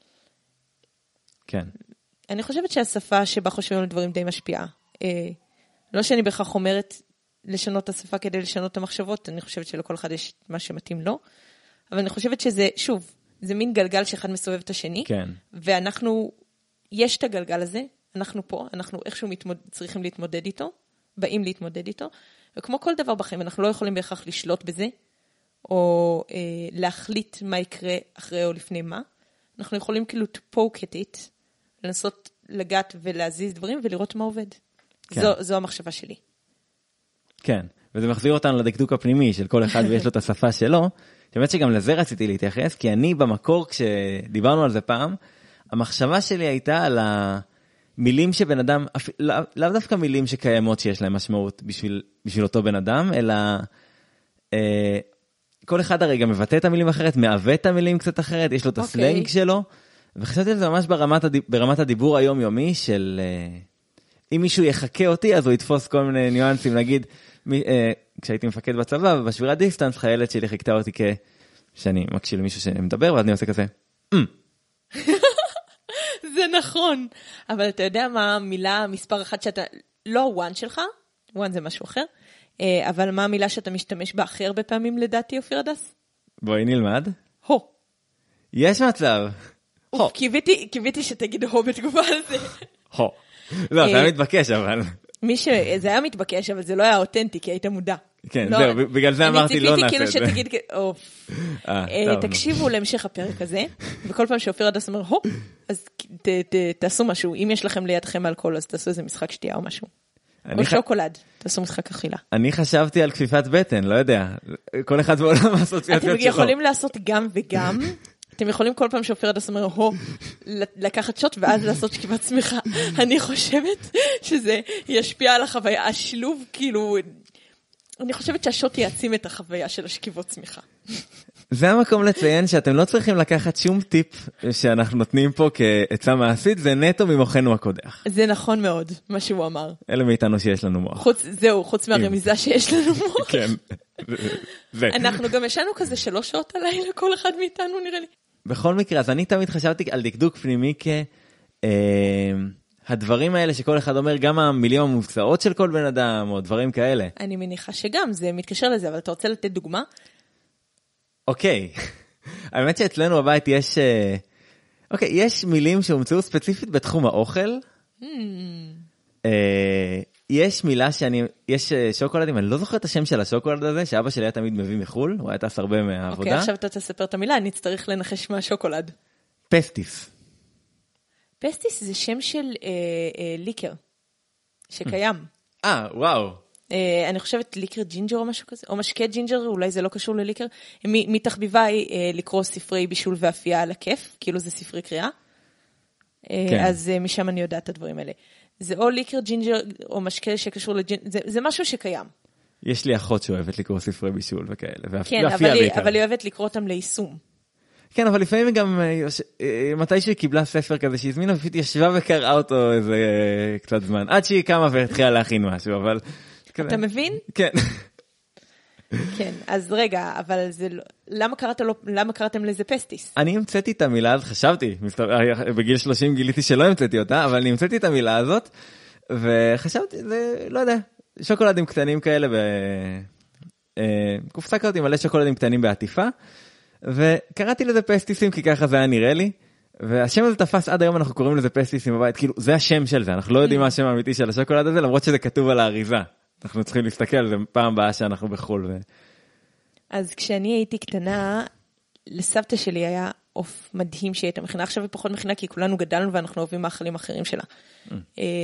כן. אני חושבת שהשפה שבה חושבים על דברים די משפיעה. אה, לא שאני בכך אומרת, לשנות את השפה כדי לשנות את המחשבות, אני חושבת שלכל אחד יש מה שמתאים לו, אבל אני חושבת שזה, שוב, זה מין גלגל שאחד מסובב את השני, כן. ואנחנו, יש את הגלגל הזה, אנחנו פה, אנחנו איכשהו מתמוד, צריכים להתמודד איתו, באים להתמודד איתו, וכמו כל דבר בחיים, אנחנו לא יכולים בהכרח לשלוט בזה, או אה, להחליט מה יקרה אחרי או לפני מה, אנחנו יכולים כאילו to poke at it, לנסות לגעת ולהזיז דברים, ולראות מה עובד. כן. זו, זו המחשבה שלי. כן, וזה מחזיר אותנו לדקדוק הפנימי של כל אחד ויש לו את השפה שלו. באמת שגם לזה רציתי להתייחס, כי אני במקור, כשדיברנו על זה פעם, המחשבה שלי הייתה על המילים שבן אדם, לאו לא דווקא מילים שקיימות שיש להם משמעות בשביל, בשביל אותו בן אדם, אלא אה, כל אחד הרי גם מבטא את המילים אחרת, מעוות את המילים קצת אחרת, יש לו את הסלנג okay. שלו, וחשבתי על זה ממש ברמת, הדיב, ברמת הדיבור היומיומי של... אה, אם מישהו יחכה אותי, אז הוא יתפוס כל מיני ניואנסים, נגיד, מ, אה, כשהייתי מפקד בצבא, ובשבירת דיסטנס, חיילת שלי חיכתה אותי כ... שאני מקשיב למישהו שמדבר, ואז אני עושה כזה, זה נכון. אבל אתה יודע מה המילה, מספר אחת שאתה, לא וואן שלך, וואן זה משהו אחר, אה, אבל מה המילה שאתה משתמש בה הכי הרבה פעמים לדעתי, אופיר הדס? בואי נלמד. הו. יש מצב. הו. קיוויתי, קיוויתי שתגיד הו בתגובה על זה. הו. לא, זה היה מתבקש, אבל... מי ש... זה היה מתבקש, אבל זה לא היה אותנטי, כי היית מודע. כן, זהו, בגלל זה אמרתי לא נעשה את זה. אני ציפיתי כאילו שתגיד, אוף. תקשיבו להמשך הפרק הזה, וכל פעם שאופיר הדס אומר, הו, אז תעשו משהו, אם יש לכם לידכם אלכוהול, אז תעשו איזה משחק שתייה או משהו. או שוקולד, תעשו משחק אכילה. אני חשבתי על כפיפת בטן, לא יודע, כל אחד בעולם האסוציאציות שלו. אתם יכולים לעשות גם וגם, אתם יכולים כל פעם שאופיר הדס אומר, הו, לקחת שוט ואז לעשות שכיבת צמיחה. אני חושבת שזה ישפיע על החוויה, השילוב כאילו, אני חושבת שהשוט יעצים את החוויה של השכיבות צמיחה. זה המקום לציין שאתם לא צריכים לקחת שום טיפ שאנחנו נותנים פה כעצה מעשית, זה נטו ממוחנו הקודח. זה נכון מאוד, מה שהוא אמר. אלה מאיתנו שיש לנו מוח. חוץ, זהו, חוץ מהרמיזה שיש לנו מוח. כן. זה. אנחנו גם ישנו כזה שלוש שעות הלילה, כל אחד מאיתנו נראה לי. בכל מקרה, אז אני תמיד חשבתי על דקדוק פנימי כ... הדברים האלה שכל אחד אומר, גם המילים המובצעות של כל בן אדם, או דברים כאלה. אני מניחה שגם, זה מתקשר לזה, אבל אתה רוצה לתת דוגמה? אוקיי. האמת שאצלנו בבית יש, אוקיי, יש מילים שהומצאו ספציפית בתחום האוכל. יש מילה שאני, יש שוקולדים, אני לא זוכר את השם של השוקולד הזה, שאבא שלי היה תמיד מביא מחול, הוא היה טס הרבה מהעבודה. אוקיי, עכשיו אתה תספר את המילה, אני אצטרך לנחש מה השוקולד. פסטיס. פסטיס זה שם של אה, אה, ליקר, שקיים. אה, וואו. אה, אני חושבת ליקר ג'ינג'ר או משהו כזה, או משקה ג'ינג'ר, אולי זה לא קשור לליקר. מתחביבה היא אה, לקרוא ספרי בישול ואפייה על הכיף, כאילו זה ספרי קריאה. אה, כן. אז אה, משם אני יודעת את הדברים האלה. זה או ליקר ג'ינג'ר, או משקה שקשור לג'ינג'ר, זה, זה משהו שקיים. יש לי אחות שאוהבת לקרוא ספרי בישול וכאלה. כן, אבל היא, אבל היא אוהבת לקרוא אותם ליישום. כן, אבל לפעמים גם, מתי שהיא קיבלה ספר כזה שהזמינה, פשוט ישבה וקראה אותו איזה קצת זמן, עד שהיא קמה והתחילה להכין משהו, אבל... אתה מבין? כן. כן, אז רגע, אבל זה לא... למה קראת לו, למה קראתם לזה פסטיס? אני המצאתי את המילה הזאת, חשבתי, בגיל שלושים גיליתי שלא המצאתי אותה, אבל אני המצאתי את המילה הזאת, וחשבתי, זה, לא יודע, שוקולדים קטנים כאלה, קופסה כזאת עם מלא שוקולדים קטנים בעטיפה, וקראתי לזה פסטיסים, כי ככה זה היה נראה לי, והשם הזה תפס עד היום, אנחנו קוראים לזה פסטיסים בבית, כאילו, זה השם של זה, אנחנו לא יודעים מה השם האמיתי של השוקולד הזה, למרות שזה כתוב על האריזה. אנחנו צריכים להסתכל על זה פעם הבאה שאנחנו בחול. ו... אז כשאני הייתי קטנה, לסבתא שלי היה עוף מדהים שהיא הייתה מכינה, עכשיו היא פחות מכינה, כי כולנו גדלנו ואנחנו אוהבים מאכלים אחרים שלה. Mm.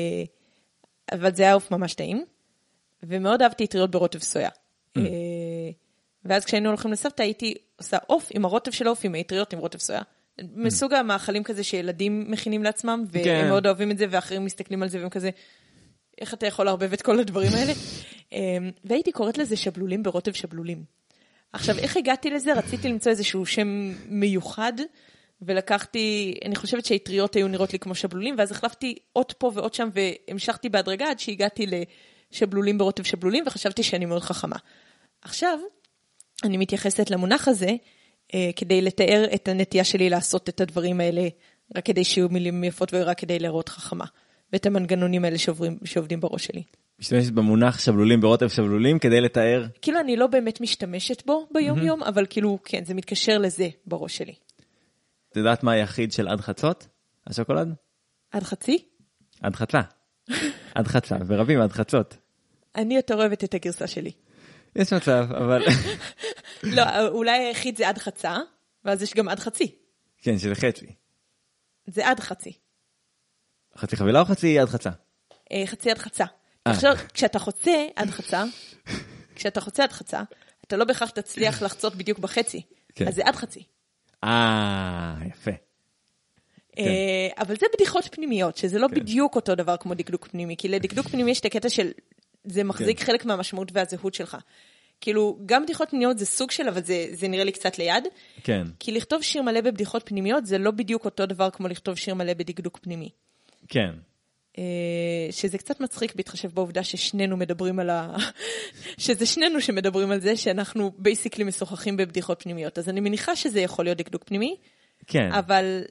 אבל זה היה עוף ממש טעים, ומאוד אהבתי אטריות ברוטב סויה. Mm. ואז כשהיינו הולכים לסבתא, הייתי עושה עוף עם הרוטב של העוף, עם האטריות עם רוטב סויה. Mm. מסוג המאכלים כזה שילדים מכינים לעצמם, והם כן. מאוד אוהבים את זה, ואחרים מסתכלים על זה, והם כזה... איך אתה יכול להרבב את כל הדברים האלה? והייתי קוראת לזה שבלולים ברוטב שבלולים. עכשיו, איך הגעתי לזה? רציתי למצוא איזשהו שם מיוחד, ולקחתי, אני חושבת שהאטריות היו נראות לי כמו שבלולים, ואז החלפתי עוד פה ועוד שם, והמשכתי בהדרגה עד שהגעתי לשבלולים ברוטב שבלולים, וחשבתי שאני מאוד חכמה. עכשיו, אני מתייחסת למונח הזה, כדי לתאר את הנטייה שלי לעשות את הדברים האלה, רק כדי שיהיו מילים יפות ורק כדי להראות חכמה. ואת המנגנונים האלה שעוברים, שעובדים בראש שלי. משתמשת במונח שבלולים ברוטב שבלולים כדי לתאר? כאילו אני לא באמת משתמשת בו ביום mm-hmm. יום, אבל כאילו כן, זה מתקשר לזה בראש שלי. את יודעת מה היחיד של עד חצות? השוקולד? עד חצי? עד חצה. עד חצה, ורבים עד חצות. אני יותר אוהבת את הגרסה שלי. יש מצב, אבל... לא, אולי היחיד זה עד חצה, ואז יש גם עד חצי. כן, שזה חצי. זה עד חצי. חצי חבילה או חצי עד חצה? חצי עד חצה. עכשיו, כשאתה חוצה עד חצה, כשאתה חוצה עד חצה, אתה לא בהכרח תצליח לחצות בדיוק בחצי. אז זה עד חצי. אה, יפה. אבל זה בדיחות פנימיות, שזה לא בדיוק אותו דבר כמו דקדוק פנימי, כי לדקדוק פנימי יש את הקטע של, זה מחזיק חלק מהמשמעות והזהות שלך. כאילו, גם בדיחות פנימיות זה סוג של, אבל זה, זה נראה לי קצת ליד. כן. כי לכתוב שיר מלא בבדיחות פנימיות, זה לא בדיוק אותו דבר כמו לכתוב שיר מלא בדקדוק פנימי. כן. שזה קצת מצחיק בהתחשב בעובדה ששנינו מדברים על ה... שזה שנינו שמדברים על זה, שאנחנו בייסיקלי משוחחים בבדיחות פנימיות. אז אני מניחה שזה יכול להיות דקדוק פנימי. כן. אבל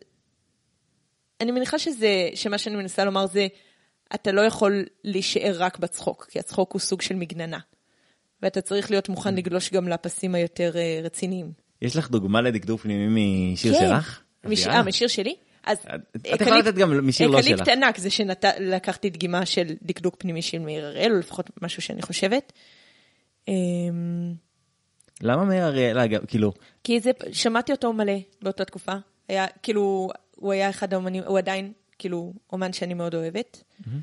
אני מניחה שזה, שמה שאני מנסה לומר זה, אתה לא יכול להישאר רק בצחוק, כי הצחוק הוא סוג של מגננה. ואתה צריך להיות מוכן לגלוש גם לפסים היותר רציניים. יש לך דוגמה לדקדוק פנימי משיר שלך? אה, משיר שלי? אז את יכולה לתת גם משיר לא שלך. אקליפט ענק זה שלקחתי דגימה של דקדוק פנימי של מאיר הראל, או לפחות משהו שאני חושבת. למה מאיר אריאל, אגב, כאילו? כי זה, שמעתי אותו מלא באותה תקופה. היה, כאילו, הוא היה אחד האומנים, הוא עדיין, כאילו, אומן שאני מאוד אוהבת.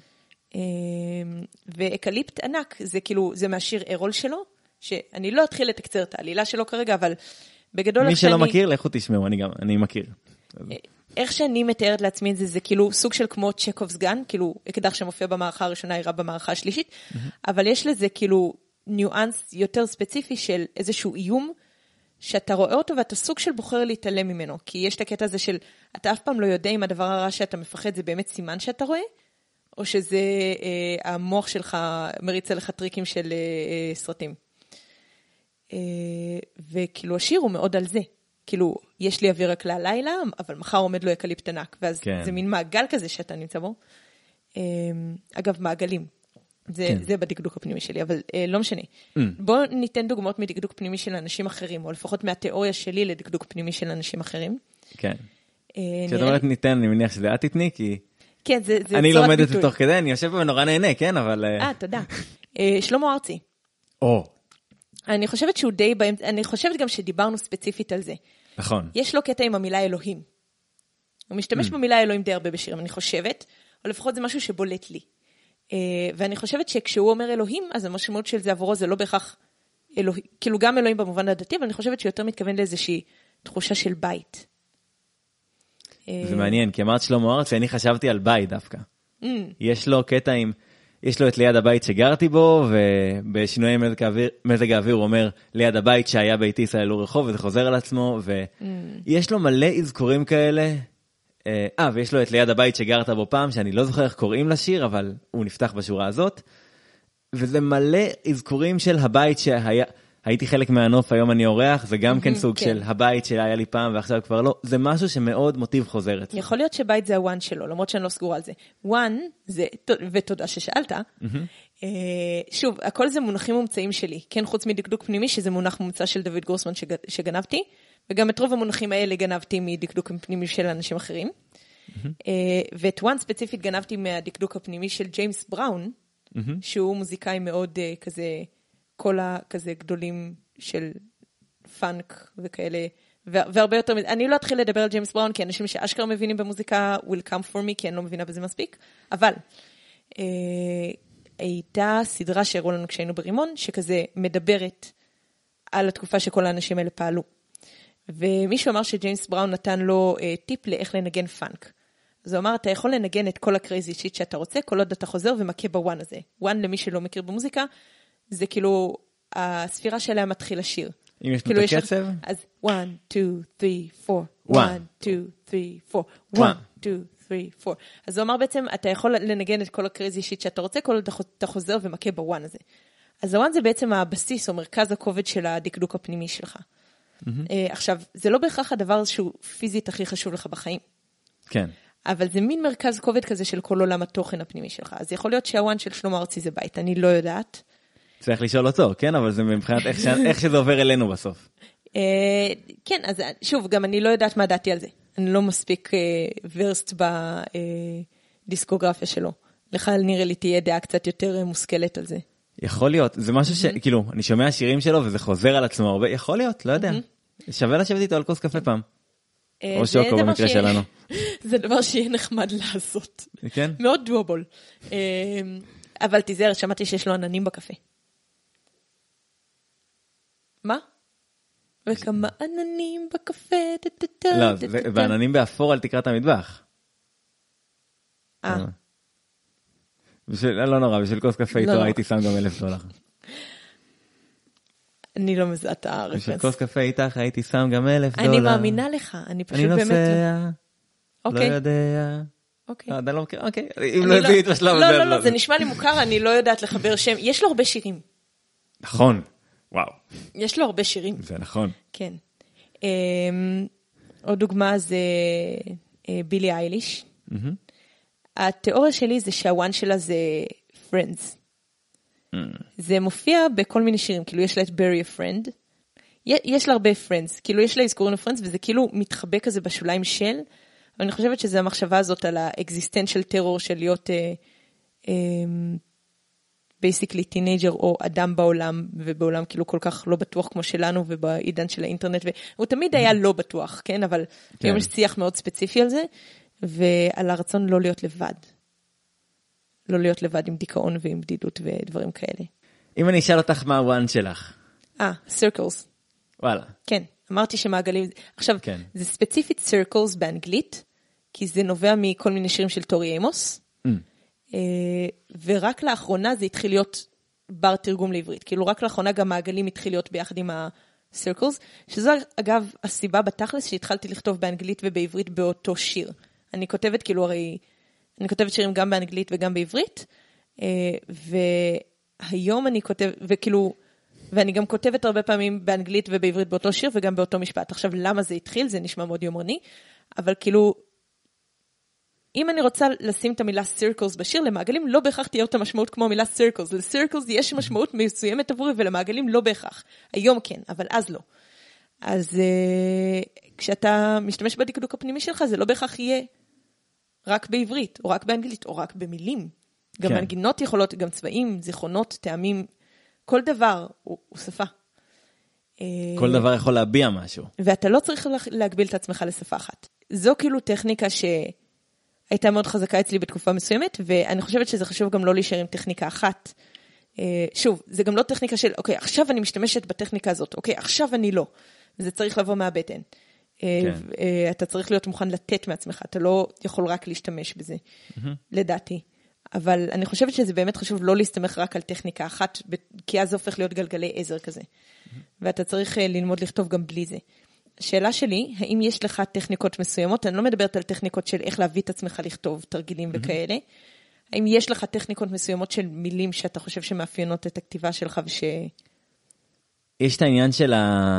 ואקליפט ענק, זה כאילו, זה מהשיר ארול שלו, שאני לא אתחיל לתקצר את העלילה שלו כרגע, אבל בגדול... מי שלא מכיר, לכו תשמעו, אני גם, אני מכיר. איך שאני מתארת לעצמי את זה, זה כאילו סוג של כמו צ'קובס גן, כאילו אקדח שמופיע במערכה הראשונה, ירה במערכה השלישית, אבל יש לזה כאילו ניואנס יותר ספציפי של איזשהו איום, שאתה רואה אותו ואתה סוג של בוחר להתעלם ממנו, כי יש את הקטע הזה של, אתה אף פעם לא יודע אם הדבר הרע שאתה מפחד זה באמת סימן שאתה רואה, או שזה אה, המוח שלך מריץ עליך טריקים של אה, סרטים. אה, וכאילו השיר הוא מאוד על זה. כאילו, יש לי אוויר רק ללילה, אבל מחר עומד לו אקליפט ענק, ואז כן. זה מין מעגל כזה שאתה נמצא בו. אה, אגב, מעגלים. זה, כן. זה בדקדוק הפנימי שלי, אבל אה, לא משנה. Mm. בואו ניתן דוגמאות מדקדוק פנימי של אנשים אחרים, או לפחות מהתיאוריה שלי לדקדוק פנימי של אנשים אחרים. כן. אה, כשאת אומרת ניתן, אני מניח שזה את תתני, כי... כן, זה, זה אני לומדת את תוך כדי, אני יושב פה ונורא נהנה, כן, אבל... אה, תודה. שלמה ארצי. או. אני חושבת שהוא די באמצע, אני חושבת גם שדיברנו ספציפית על זה. נכון. יש לו קטע עם המילה אלוהים. הוא משתמש במילה אלוהים די הרבה בשירים, אני חושבת, או לפחות זה משהו שבולט לי. ואני חושבת שכשהוא אומר אלוהים, אז המשמעות של זה עבורו זה לא בהכרח אלוהים, כאילו גם אלוהים במובן הדתי, אבל אני חושבת שיותר מתכוון לאיזושהי תחושה של בית. זה מעניין, כי אמרת שלמה ארצי, אני חשבתי על בית דווקא. Mm. יש לו קטע עם, יש לו את ליד הבית שגרתי בו, ובשינויי מזג האוויר, מזג האוויר הוא אומר, ליד הבית שהיה ביתי ישראל הוא רחוב, וזה חוזר על עצמו, ויש mm. לו מלא אזכורים כאלה. אה, ויש לו את ליד הבית שגרת בו פעם, שאני לא זוכר איך קוראים לשיר, אבל הוא נפתח בשורה הזאת. וזה מלא אזכורים של הבית שהיה... הייתי חלק מהנוף, היום אני אורח, זה גם כן סוג של הבית שהיה לי פעם ועכשיו כבר לא, זה משהו שמאוד מוטיב חוזרת. יכול להיות שבית זה הוואן שלו, למרות שאני לא סגורה על זה. וואן זה, ותודה ששאלת, שוב, הכל זה מונחים מומצאים שלי, כן, חוץ מדקדוק פנימי, שזה מונח מומצא של דוד גרוסמן שגנבתי, וגם את רוב המונחים האלה גנבתי מדקדוק פנימי של אנשים אחרים, ואת וואן ספציפית גנבתי מהדקדוק הפנימי של ג'יימס בראון, שהוא מוזיקאי מאוד כזה... כל הכזה גדולים של פאנק וכאלה, והרבה יותר, אני לא אתחיל לדבר על ג'יימס בראון, כי אנשים שאשכרה מבינים במוזיקה will come for me, כי אני לא מבינה בזה מספיק, אבל אה, הייתה סדרה שהראו לנו כשהיינו ברימון, שכזה מדברת על התקופה שכל האנשים האלה פעלו. ומישהו אמר שג'יימס בראון נתן לו אה, טיפ לאיך לנגן פאנק. אז הוא אמר, אתה יכול לנגן את כל הקרייזי שיט שאתה רוצה, כל עוד אתה חוזר ומכה בוואן הזה. וואן, למי שלא מכיר במוזיקה, זה כאילו, הספירה שלה מתחיל לשיר. אם יש כאילו את הקצב? אז one, two, three, four, one, two, three, four, one, two, three, four. אז הוא אמר בעצם, אתה יכול לנגן את כל הקרייזי שיט שאתה רוצה, כל עוד אתה חוזר ומכה בוואן הזה. אז הוואן זה בעצם הבסיס, או מרכז הכובד של הדקדוק הפנימי שלך. עכשיו, זה לא בהכרח הדבר שהוא פיזית הכי חשוב לך בחיים. כן. אבל זה מין מרכז כובד כזה של כל עולם התוכן הפנימי שלך. אז יכול להיות שהוואן של שלמה ארצי זה בית, אני לא יודעת. צריך לשאול אותו, כן? אבל זה מבחינת איך, ש... איך שזה עובר אלינו בסוף. כן, אז שוב, גם אני לא יודעת מה דעתי על זה. אני לא מספיק ורסט בדיסקוגרפיה שלו. לך נראה לי תהיה דעה קצת יותר מושכלת על זה. יכול להיות, זה משהו ש... כאילו, אני שומע שירים שלו וזה חוזר על עצמו הרבה. יכול להיות, לא יודע. שווה לשבת איתו על כוס קפה פעם. או שוקו במקרה שלנו. זה דבר שיהיה נחמד לעשות. כן? מאוד דואבול. אבל תיזהר, שמעתי שיש לו עננים בקפה. מה? וכמה עננים בקפה. לא, ועננים באפור על תקרת המטבח. אה. לא נורא, בשביל כוס קפה איתו הייתי שם גם אלף דולר. אני לא מזהה את הרפרנס. בשביל כוס קפה איתך הייתי שם גם אלף דולר. אני מאמינה לך, אני פשוט באמת... אני נוסע, לא יודע... אוקיי. אתה לא מכיר, אוקיי. אם לא הביא בשלב הזה... לא, לא, לא, זה נשמע לי מוכר, אני לא יודעת לחבר שם. יש לו הרבה שירים. נכון. וואו. יש לו הרבה שירים. זה נכון. כן. עוד דוגמה זה בילי אייליש. התיאוריה שלי זה שהוואן שלה זה Friends. זה מופיע בכל מיני שירים, כאילו יש לה את Bury a Friend. יש לה הרבה Friends, כאילו יש לה אזכורים ל-Friends, וזה כאילו מתחבא כזה בשוליים של... אבל אני חושבת שזו המחשבה הזאת על האקזיסטנציאל טרור של להיות, אה, אה, בייסיקלי טינג'ר או אדם בעולם, ובעולם כאילו כל כך לא בטוח כמו שלנו, ובעידן של האינטרנט, והוא תמיד היה לא בטוח, כן? אבל כן. היום יש שיח מאוד ספציפי על זה, ועל הרצון לא להיות לבד. לא להיות לבד עם דיכאון ועם בדידות ודברים כאלה. אם אני אשאל אותך מה הוואן שלך. אה, circles. וואלה. כן, אמרתי שמעגלים, עכשיו, כן. זה ספציפית circles באנגלית, כי זה נובע מכל מיני שירים של טורי אימוס, mm. ורק לאחרונה זה התחיל להיות בר תרגום לעברית, כאילו רק לאחרונה גם מעגלים התחיל להיות ביחד עם ה-circles, שזו אגב הסיבה בתכלס שהתחלתי לכתוב באנגלית ובעברית באותו שיר. אני כותבת כאילו הרי, אני כותבת שירים גם באנגלית וגם בעברית, והיום אני כותב, וכאילו, ואני גם כותבת הרבה פעמים באנגלית ובעברית באותו שיר וגם באותו משפט. עכשיו למה זה התחיל? זה נשמע מאוד יומרני, אבל כאילו, אם אני רוצה לשים את המילה circles בשיר, למעגלים לא בהכרח תהיה אותה משמעות כמו המילה circles. ל-circles יש משמעות מסוימת עבורי, ולמעגלים לא בהכרח. היום כן, אבל אז לא. אז uh, כשאתה משתמש בדקדוק הפנימי שלך, זה לא בהכרח יהיה רק בעברית, או רק באנגלית, או רק במילים. גם כן. מנגינות יכולות, גם צבעים, זיכרונות, טעמים, כל דבר הוא, הוא שפה. כל דבר יכול להביע משהו. ואתה לא צריך להגביל את עצמך לשפה אחת. זו כאילו טכניקה ש... הייתה מאוד חזקה אצלי בתקופה מסוימת, ואני חושבת שזה חשוב גם לא להישאר עם טכניקה אחת. שוב, זה גם לא טכניקה של, אוקיי, עכשיו אני משתמשת בטכניקה הזאת, אוקיי, עכשיו אני לא. זה צריך לבוא מהבטן. כן. אתה צריך להיות מוכן לתת מעצמך, אתה לא יכול רק להשתמש בזה, לדעתי. אבל אני חושבת שזה באמת חשוב לא להסתמך רק על טכניקה אחת, כי אז זה הופך להיות גלגלי עזר כזה. ואתה צריך ללמוד לכתוב גם בלי זה. השאלה שלי, האם יש לך טכניקות מסוימות? אני לא מדברת על טכניקות של איך להביא את עצמך לכתוב תרגילים וכאלה. האם יש לך טכניקות מסוימות של מילים שאתה חושב שמאפיינות את הכתיבה שלך וש... יש את העניין של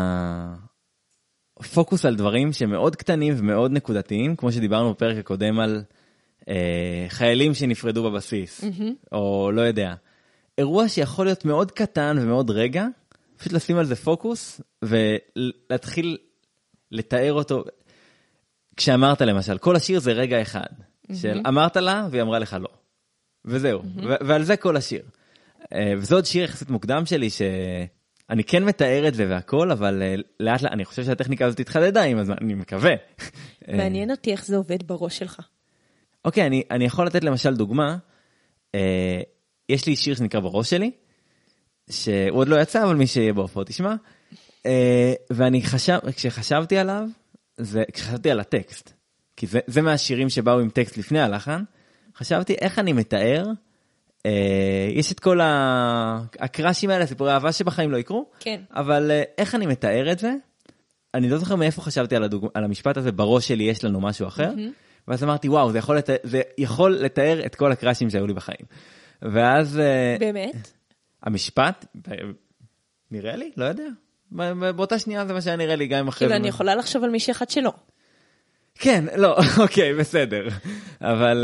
הפוקוס על דברים שמאוד קטנים ומאוד נקודתיים, כמו שדיברנו בפרק הקודם על אה, חיילים שנפרדו בבסיס, או לא יודע. אירוע שיכול להיות מאוד קטן ומאוד רגע, פשוט לשים על זה פוקוס ולהתחיל לתאר אותו, כשאמרת למשל, כל השיר זה רגע אחד, של אמרת לה והיא אמרה לך לא, וזהו, ועל זה כל השיר. וזה עוד שיר יחסית מוקדם שלי, שאני כן מתאר את זה והכל, אבל לאט לאט, אני חושב שהטכניקה הזאת התחדדה עם הזמן, אני מקווה. מעניין אותי איך זה עובד בראש שלך. אוקיי, אני, אני יכול לתת למשל דוגמה, יש לי שיר שנקרא בראש שלי, שהוא עוד לא יצא, אבל מי שיהיה בהופעות תשמע, ואני חשב, כשחשבתי עליו, זה, כשחשבתי על הטקסט, כי זה, זה מהשירים שבאו עם טקסט לפני הלחן, חשבתי איך אני מתאר, יש את כל הקראשים האלה, סיפורי אהבה שבחיים לא יקרו, כן. אבל איך אני מתאר את זה, אני לא זוכר מאיפה חשבתי על, הדוג... על המשפט הזה, בראש שלי יש לנו משהו אחר, mm-hmm. ואז אמרתי, וואו, זה יכול, לתאר, זה יכול לתאר את כל הקראשים שהיו לי בחיים. ואז... באמת? המשפט, נראה לי, לא יודע. באותה שנייה זה מה שהיה נראה לי, גם אם אחרי... כאילו, אני יכולה לחשוב על מישהי אחת שלא. כן, לא, אוקיי, בסדר. אבל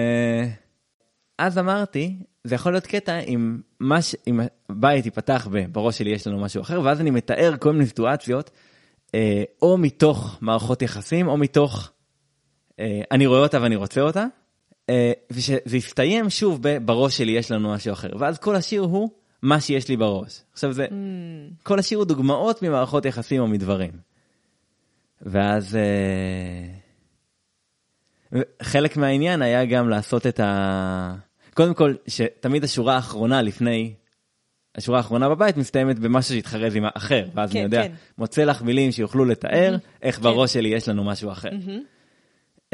אז אמרתי, זה יכול להיות קטע אם בית ייפתח בראש שלי יש לנו משהו אחר, ואז אני מתאר כל מיני סיטואציות, או מתוך מערכות יחסים, או מתוך אני רואה אותה ואני רוצה אותה, ושזה יסתיים שוב בראש שלי יש לנו משהו אחר. ואז כל השיר הוא מה שיש לי בראש. עכשיו זה, mm. כל השיר הוא דוגמאות ממערכות יחסים או מדברים. ואז חלק מהעניין היה גם לעשות את ה... קודם כל, שתמיד השורה האחרונה לפני, השורה האחרונה בבית מסתיימת במשהו שהתחרז עם האחר. ואז כן, אני יודע, כן. מוצא לך מילים שיוכלו לתאר mm-hmm. איך כן. בראש שלי יש לנו משהו אחר. Mm-hmm.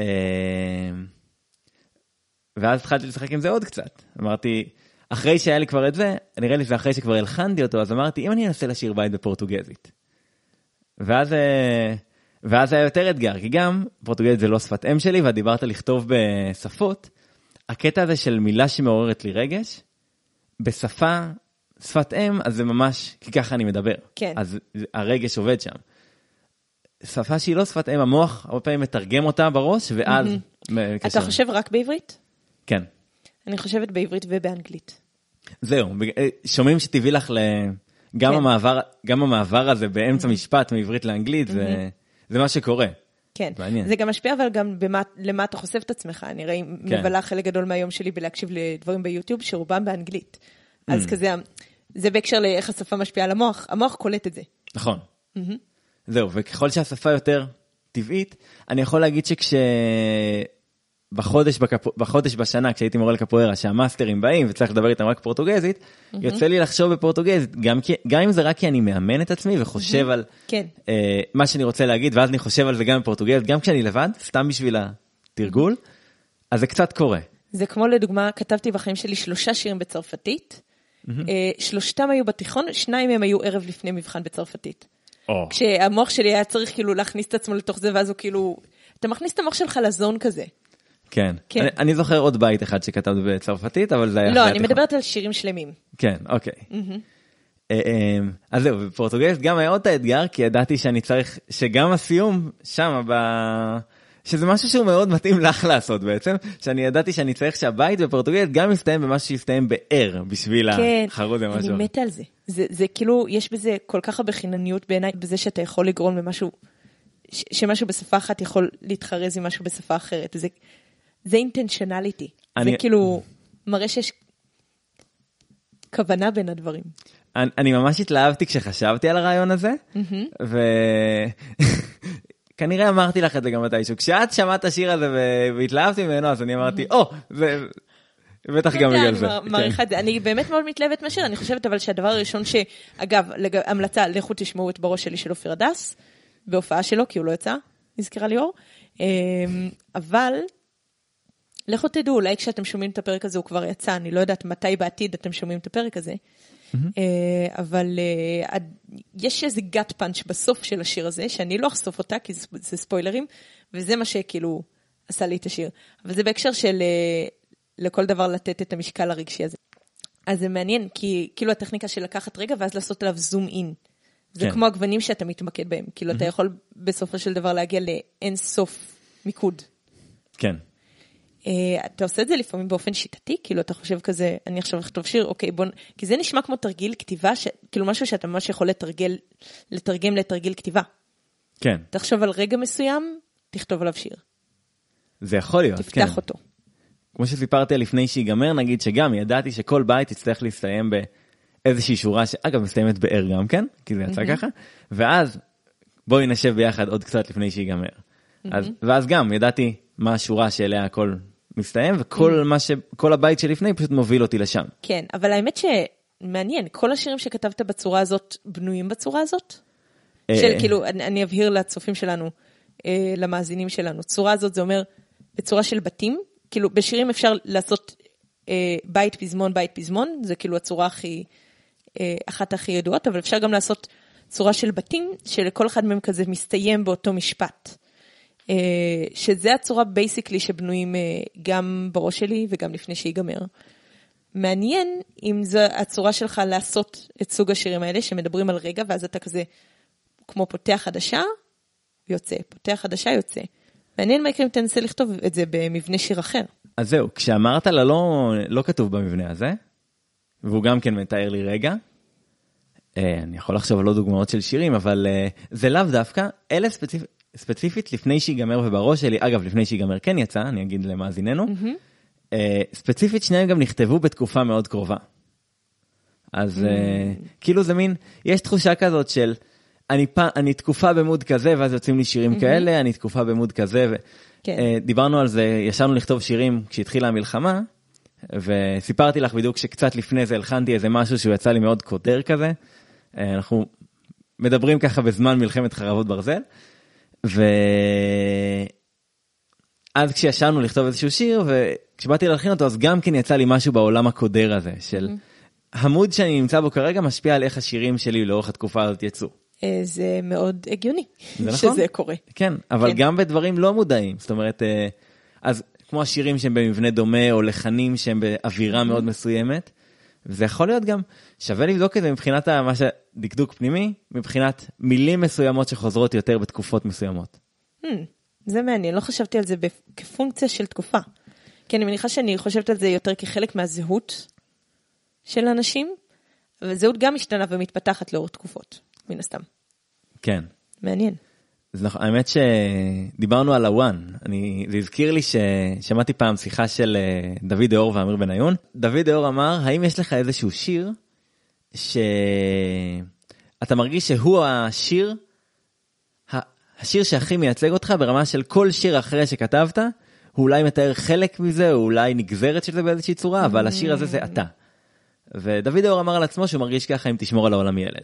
ואז התחלתי לשחק עם זה עוד קצת. אמרתי, אחרי שהיה לי כבר את זה, נראה לי זה אחרי שכבר הלחנתי אותו, אז אמרתי, אם אני אנסה לשיר בית בפורטוגזית. ואז, ואז היה יותר אתגר, כי גם פורטוגזית זה לא שפת אם שלי, ודיברת לכתוב בשפות, הקטע הזה של מילה שמעוררת לי רגש, בשפה, שפת אם, אז זה ממש, כי ככה אני מדבר. כן. אז הרגש עובד שם. שפה שהיא לא שפת אם, המוח הרבה פעמים מתרגם אותה בראש, ואז... Mm-hmm. אתה חושב רק בעברית? כן. אני חושבת בעברית ובאנגלית. זהו, שומעים שתביא לך ל... גם, כן. המעבר, גם המעבר הזה באמצע mm-hmm. משפט מעברית לאנגלית, mm-hmm. זה, זה מה שקורה. כן, מעניין. זה גם משפיע אבל גם במה, למה אתה חושף את עצמך. אני ראי כן. מבלה חלק גדול מהיום שלי בלהקשיב לדברים ביוטיוב, שרובם באנגלית. אז כזה, זה בהקשר לאיך השפה משפיעה על המוח, המוח קולט את זה. נכון. זהו, וככל שהשפה יותר טבעית, אני יכול להגיד שכש... בחודש, בחודש בשנה, כשהייתי מורה לקפוארה, שהמאסטרים באים וצריך לדבר איתם רק פורטוגזית, יוצא לי לחשוב בפורטוגזית, גם, כי, גם אם זה רק כי אני מאמן את עצמי וחושב על כן. אה, מה שאני רוצה להגיד, ואז אני חושב על זה גם בפורטוגזית, גם כשאני לבד, סתם בשביל התרגול, אז זה קצת קורה. זה כמו לדוגמה, כתבתי בחיים שלי שלושה שירים בצרפתית, אה, שלושתם היו בתיכון, שניים הם היו ערב לפני מבחן בצרפתית. או. כשהמוח שלי היה צריך כאילו להכניס את עצמו לתוך זה, ואז הוא כאילו, אתה מכניס את המוח שלך לזון כזה. כן. כן. אני, אני זוכר עוד בית אחד שכתבתי בצרפתית, אבל זה היה... לא, אני מדברת על שירים שלמים. כן, אוקיי. אז זהו, בפורטוגזית גם היה עוד את האתגר, כי ידעתי שאני צריך, שגם הסיום שם, ב... שזה משהו שהוא מאוד מתאים לך לעשות בעצם, שאני ידעתי שאני צריך שהבית בפורטוגזית גם יסתיים במשהו שיסתיים בער, בשביל החרוד ומשהו. כן, אני מתה על זה. זה, זה כאילו, יש בזה כל כך הרבה חינניות בעיניי, בזה שאתה יכול לגרום למשהו, ש- שמשהו בשפה אחת יכול להתחרז עם משהו בשפה אחרת. זה, זה intentionality. אני... זה כאילו, מראה שיש כוונה בין הדברים. אני, אני ממש התלהבתי כשחשבתי על הרעיון הזה, ו... כנראה אמרתי לך את זה גם מתישהו. כשאת שמעת את השיר הזה והתלהבתי ממנו, אז אני אמרתי, או, זה... בטח גם בגלל זה. אני מעריכה את זה. אני באמת מאוד מתלהבת מהשיר, אני חושבת אבל שהדבר הראשון ש... אגב, המלצה, לכו תשמעו את בראש שלי של אופיר הדס, בהופעה שלו, כי הוא לא יצא, נזכרה ליאור. אבל, לכו תדעו, אולי כשאתם שומעים את הפרק הזה הוא כבר יצא, אני לא יודעת מתי בעתיד אתם שומעים את הפרק הזה, אבל יש איזה גאט פאנץ' בסוף של השיר הזה, שאני לא אחשוף אותה, כי זה ספוילרים, וזה מה שכאילו עשה לי את השיר. אבל זה בהקשר של לכל דבר לתת את המשקל הרגשי הזה. אז זה מעניין, כי כאילו הטכניקה של לקחת רגע, ואז לעשות עליו זום אין. זה כמו הגוונים שאתה מתמקד בהם. כאילו אתה יכול בסופו של דבר להגיע לאין סוף מיקוד. כן. אתה עושה את זה לפעמים באופן שיטתי, כאילו אתה חושב כזה, אני עכשיו אכתוב שיר, אוקיי, בוא, כי זה נשמע כמו תרגיל כתיבה, ש, כאילו משהו שאתה ממש יכול לתרגל, לתרגם לתרגיל כתיבה. כן. תחשוב על רגע מסוים, תכתוב עליו שיר. זה יכול להיות, תפתח כן. תפתח אותו. כמו שסיפרתי לפני שיגמר, נגיד שגם ידעתי שכל בית יצטרך להסתיים באיזושהי שורה, שאגב מסתיימת בער גם, כן? כי זה יצא mm-hmm. ככה. ואז בואי נשב ביחד עוד קצת לפני שיגמר. Mm-hmm. אז, ואז גם ידעתי מה השורה שאליה הכל מסתיים, וכל מה ש... כל הבית שלפני פשוט מוביל אותי לשם. כן, אבל האמת שמעניין, כל השירים שכתבת בצורה הזאת, בנויים בצורה הזאת? של כאילו, אני, אני אבהיר לצופים שלנו, למאזינים שלנו, צורה הזאת זה אומר, בצורה של בתים, כאילו בשירים אפשר לעשות בית פזמון, בית פזמון, זה כאילו הצורה הכי, אחת הכי ידועות, אבל אפשר גם לעשות צורה של בתים, שלכל אחד מהם כזה מסתיים באותו משפט. שזה הצורה בייסיקלי שבנויים גם בראש שלי וגם לפני שיגמר. מעניין אם זו הצורה שלך לעשות את סוג השירים האלה שמדברים על רגע, ואז אתה כזה כמו פותח חדשה, יוצא, פותח חדשה, יוצא. מעניין מה יקרה אם תנסה לכתוב את זה במבנה שיר אחר. אז זהו, כשאמרת לה לא, לא כתוב במבנה הזה, והוא גם כן מתאר לי רגע, אני יכול לחשוב על עוד דוגמאות של שירים, אבל זה לאו דווקא, אלה ספציפית, ספציפית לפני שיגמר ובראש שלי, אגב לפני שיגמר כן יצא, אני אגיד למאזיננו, mm-hmm. uh, ספציפית שניהם גם נכתבו בתקופה מאוד קרובה. אז mm-hmm. uh, כאילו זה מין, יש תחושה כזאת של, אני, פ, אני תקופה במוד כזה, ואז יוצאים לי שירים mm-hmm. כאלה, אני תקופה במוד כזה, ו, כן. uh, דיברנו על זה, ישבנו לכתוב שירים כשהתחילה המלחמה, וסיפרתי לך בדיוק שקצת לפני זה הלחנתי איזה משהו שהוא יצא לי מאוד קודר כזה, uh, אנחנו מדברים ככה בזמן מלחמת חרבות ברזל, ואז כשישבנו לכתוב איזשהו שיר, וכשבאתי להלחין אותו, אז גם כן יצא לי משהו בעולם הקודר הזה, של המוד שאני נמצא בו כרגע, משפיע על איך השירים שלי לאורך התקופה הזאת יצאו. זה מאוד הגיוני, זה נכון? שזה קורה. כן, אבל כן. גם בדברים לא מודעים, זאת אומרת, אז כמו השירים שהם במבנה דומה, או לחנים שהם באווירה מאוד מסוימת, וזה יכול להיות גם, שווה לבדוק את זה מבחינת מה שדקדוק פנימי, מבחינת מילים מסוימות שחוזרות יותר בתקופות מסוימות. Hmm, זה מעניין, לא חשבתי על זה כפונקציה של תקופה. כי אני מניחה שאני חושבת על זה יותר כחלק מהזהות של אנשים, אבל זהות גם משתנה ומתפתחת לאורך תקופות, מן הסתם. כן. מעניין. אז האמת שדיברנו על הוואן, אני, זה הזכיר לי ששמעתי פעם שיחה של דוד דאור ואמיר בניון. דוד דאור אמר, האם יש לך איזשהו שיר שאתה מרגיש שהוא השיר, השיר שהכי מייצג אותך ברמה של כל שיר אחרי שכתבת, הוא אולי מתאר חלק מזה, או אולי נגזרת של זה באיזושהי צורה, אבל השיר הזה זה אתה. ודוד דאור אמר על עצמו שהוא מרגיש ככה אם תשמור על העולם ילד.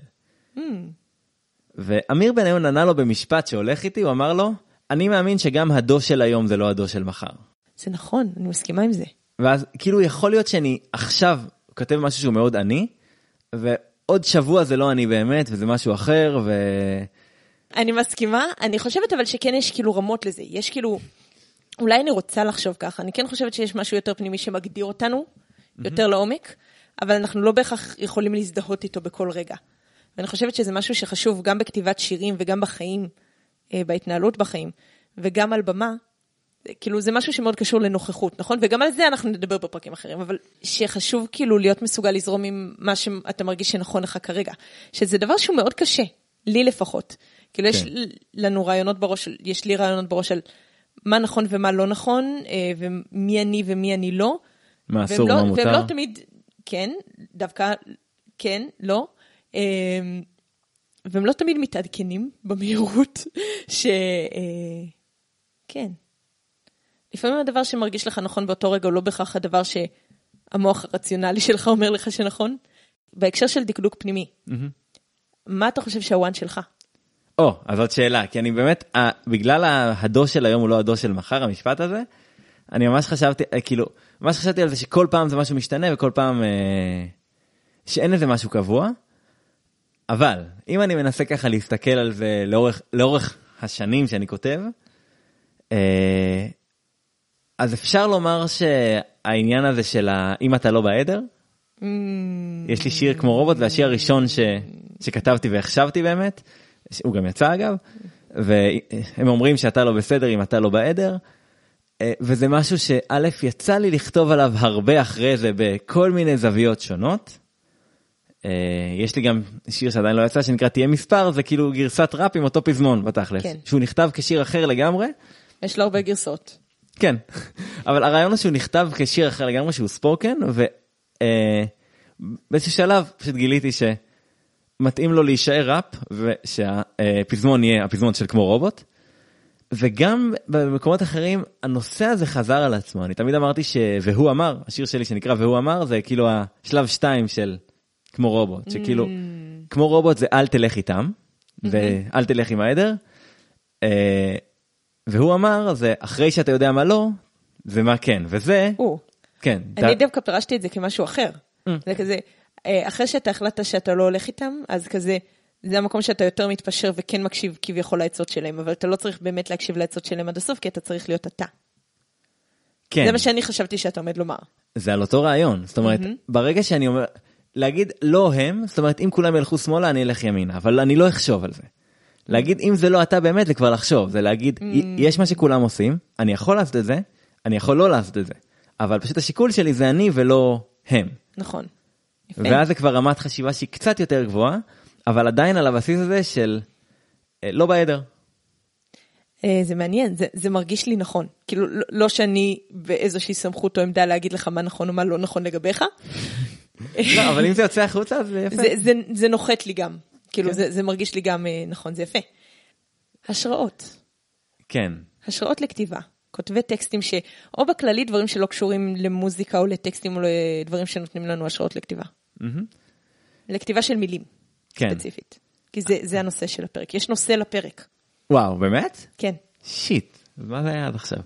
ואמיר בניון ענה לו במשפט שהולך איתי, הוא אמר לו, אני מאמין שגם הדו של היום זה לא הדו של מחר. זה נכון, אני מסכימה עם זה. ואז כאילו יכול להיות שאני עכשיו כותב משהו שהוא מאוד אני, ועוד שבוע זה לא אני באמת, וזה משהו אחר, ו... אני מסכימה, אני חושבת אבל שכן יש כאילו רמות לזה, יש כאילו, אולי אני רוצה לחשוב ככה, אני כן חושבת שיש משהו יותר פנימי שמגדיר אותנו, יותר לעומק, אבל אנחנו לא בהכרח יכולים להזדהות איתו בכל רגע. ואני חושבת שזה משהו שחשוב גם בכתיבת שירים וגם בחיים, בהתנהלות בחיים, וגם על במה, כאילו זה משהו שמאוד קשור לנוכחות, נכון? וגם על זה אנחנו נדבר בפרקים אחרים, אבל שחשוב כאילו להיות מסוגל לזרום עם מה שאתה מרגיש שנכון לך כרגע, שזה דבר שהוא מאוד קשה, לי לפחות. כאילו יש לנו רעיונות בראש, יש לי רעיונות בראש של מה נכון ומה לא נכון, ומי אני ומי אני לא. מה אסור, מה מותר. והם לא תמיד, כן, דווקא, כן, לא. והם לא תמיד מתעדכנים במהירות, ש... כן. לפעמים הדבר שמרגיש לך נכון באותו רגע, הוא לא בכך הדבר שהמוח הרציונלי שלך אומר לך שנכון. בהקשר של דקדוק פנימי, מה אתה חושב שהוואן שלך? או, אז זאת שאלה, כי אני באמת, בגלל הדו של היום הוא לא הדו של מחר, המשפט הזה, אני ממש חשבתי, כאילו, ממש חשבתי על זה שכל פעם זה משהו משתנה, וכל פעם שאין איזה משהו קבוע, אבל אם אני מנסה ככה להסתכל על זה לאורך, לאורך השנים שאני כותב, אז אפשר לומר שהעניין הזה של אם אתה לא בעדר, יש לי שיר כמו רובוט, והשיר הראשון ש, שכתבתי והחשבתי באמת, הוא גם יצא אגב, והם אומרים שאתה לא בסדר אם אתה לא בעדר, וזה משהו שא' יצא לי לכתוב עליו הרבה אחרי זה בכל מיני זוויות שונות. יש לי גם שיר שעדיין לא יצא שנקרא תהיה מספר, זה כאילו גרסת ראפ עם אותו פזמון בתכלס, כן. שהוא נכתב כשיר אחר לגמרי. יש לו הרבה גרסות. כן, אבל הרעיון הוא שהוא נכתב כשיר אחר לגמרי שהוא ספוקן, ובאיזשהו שלב פשוט גיליתי שמתאים לו להישאר ראפ, ושהפזמון יהיה הפזמון של כמו רובוט, וגם במקומות אחרים הנושא הזה חזר על עצמו. אני תמיד אמרתי ש... והוא אמר, השיר שלי שנקרא והוא אמר, זה כאילו השלב שתיים של כמו רובוט, שכאילו כמו רובוט זה אל תלך איתם, ואל תלך עם העדר, והוא אמר, זה אחרי שאתה יודע מה לא, זה מה כן, וזה... כן. אני דווקא פירשתי את זה כמשהו אחר. זה כזה, אחרי שאתה החלטת שאתה לא הולך איתם, אז כזה, זה המקום שאתה יותר מתפשר וכן מקשיב כביכול לעצות שלהם, אבל אתה לא צריך באמת להקשיב לעצות שלהם עד הסוף, כי אתה צריך להיות אתה. כן. זה מה שאני חשבתי שאתה עומד לומר. זה על אותו רעיון. זאת אומרת, ברגע שאני אומר, להגיד לא הם, זאת אומרת, אם כולם ילכו שמאלה, אני אלך ימינה, אבל אני לא אחשוב על זה. להגיד, אם זה לא אתה באמת, זה כבר לחשוב. זה להגיד, יש מה שכולם עושים, אני יכול לעשות את זה, אני יכול לא לעשות את זה. אבל פשוט השיקול שלי זה אני ולא הם. נכון. ואז זה כבר רמת חשיבה שהיא קצת יותר גבוהה, אבל עדיין על הבסיס הזה של לא בעדר. זה מעניין, זה, זה מרגיש לי נכון. כאילו, לא שאני באיזושהי סמכות או עמדה להגיד לך מה נכון או מה לא נכון לגביך. לא, אבל אם זה יוצא החוצה, אז זה יפה. זה, זה, זה נוחת לי גם. כאילו, זה, זה מרגיש לי גם נכון, זה יפה. השראות. כן. השראות לכתיבה. כותבי טקסטים ש... או בכללי דברים שלא קשורים למוזיקה או לטקסטים או לדברים שנותנים לנו השראות לכתיבה. לכתיבה של מילים. כן. ספציפית. כי זה, זה הנושא של הפרק. יש נושא לפרק. וואו, באמת? כן. שיט. מה זה היה עד עכשיו?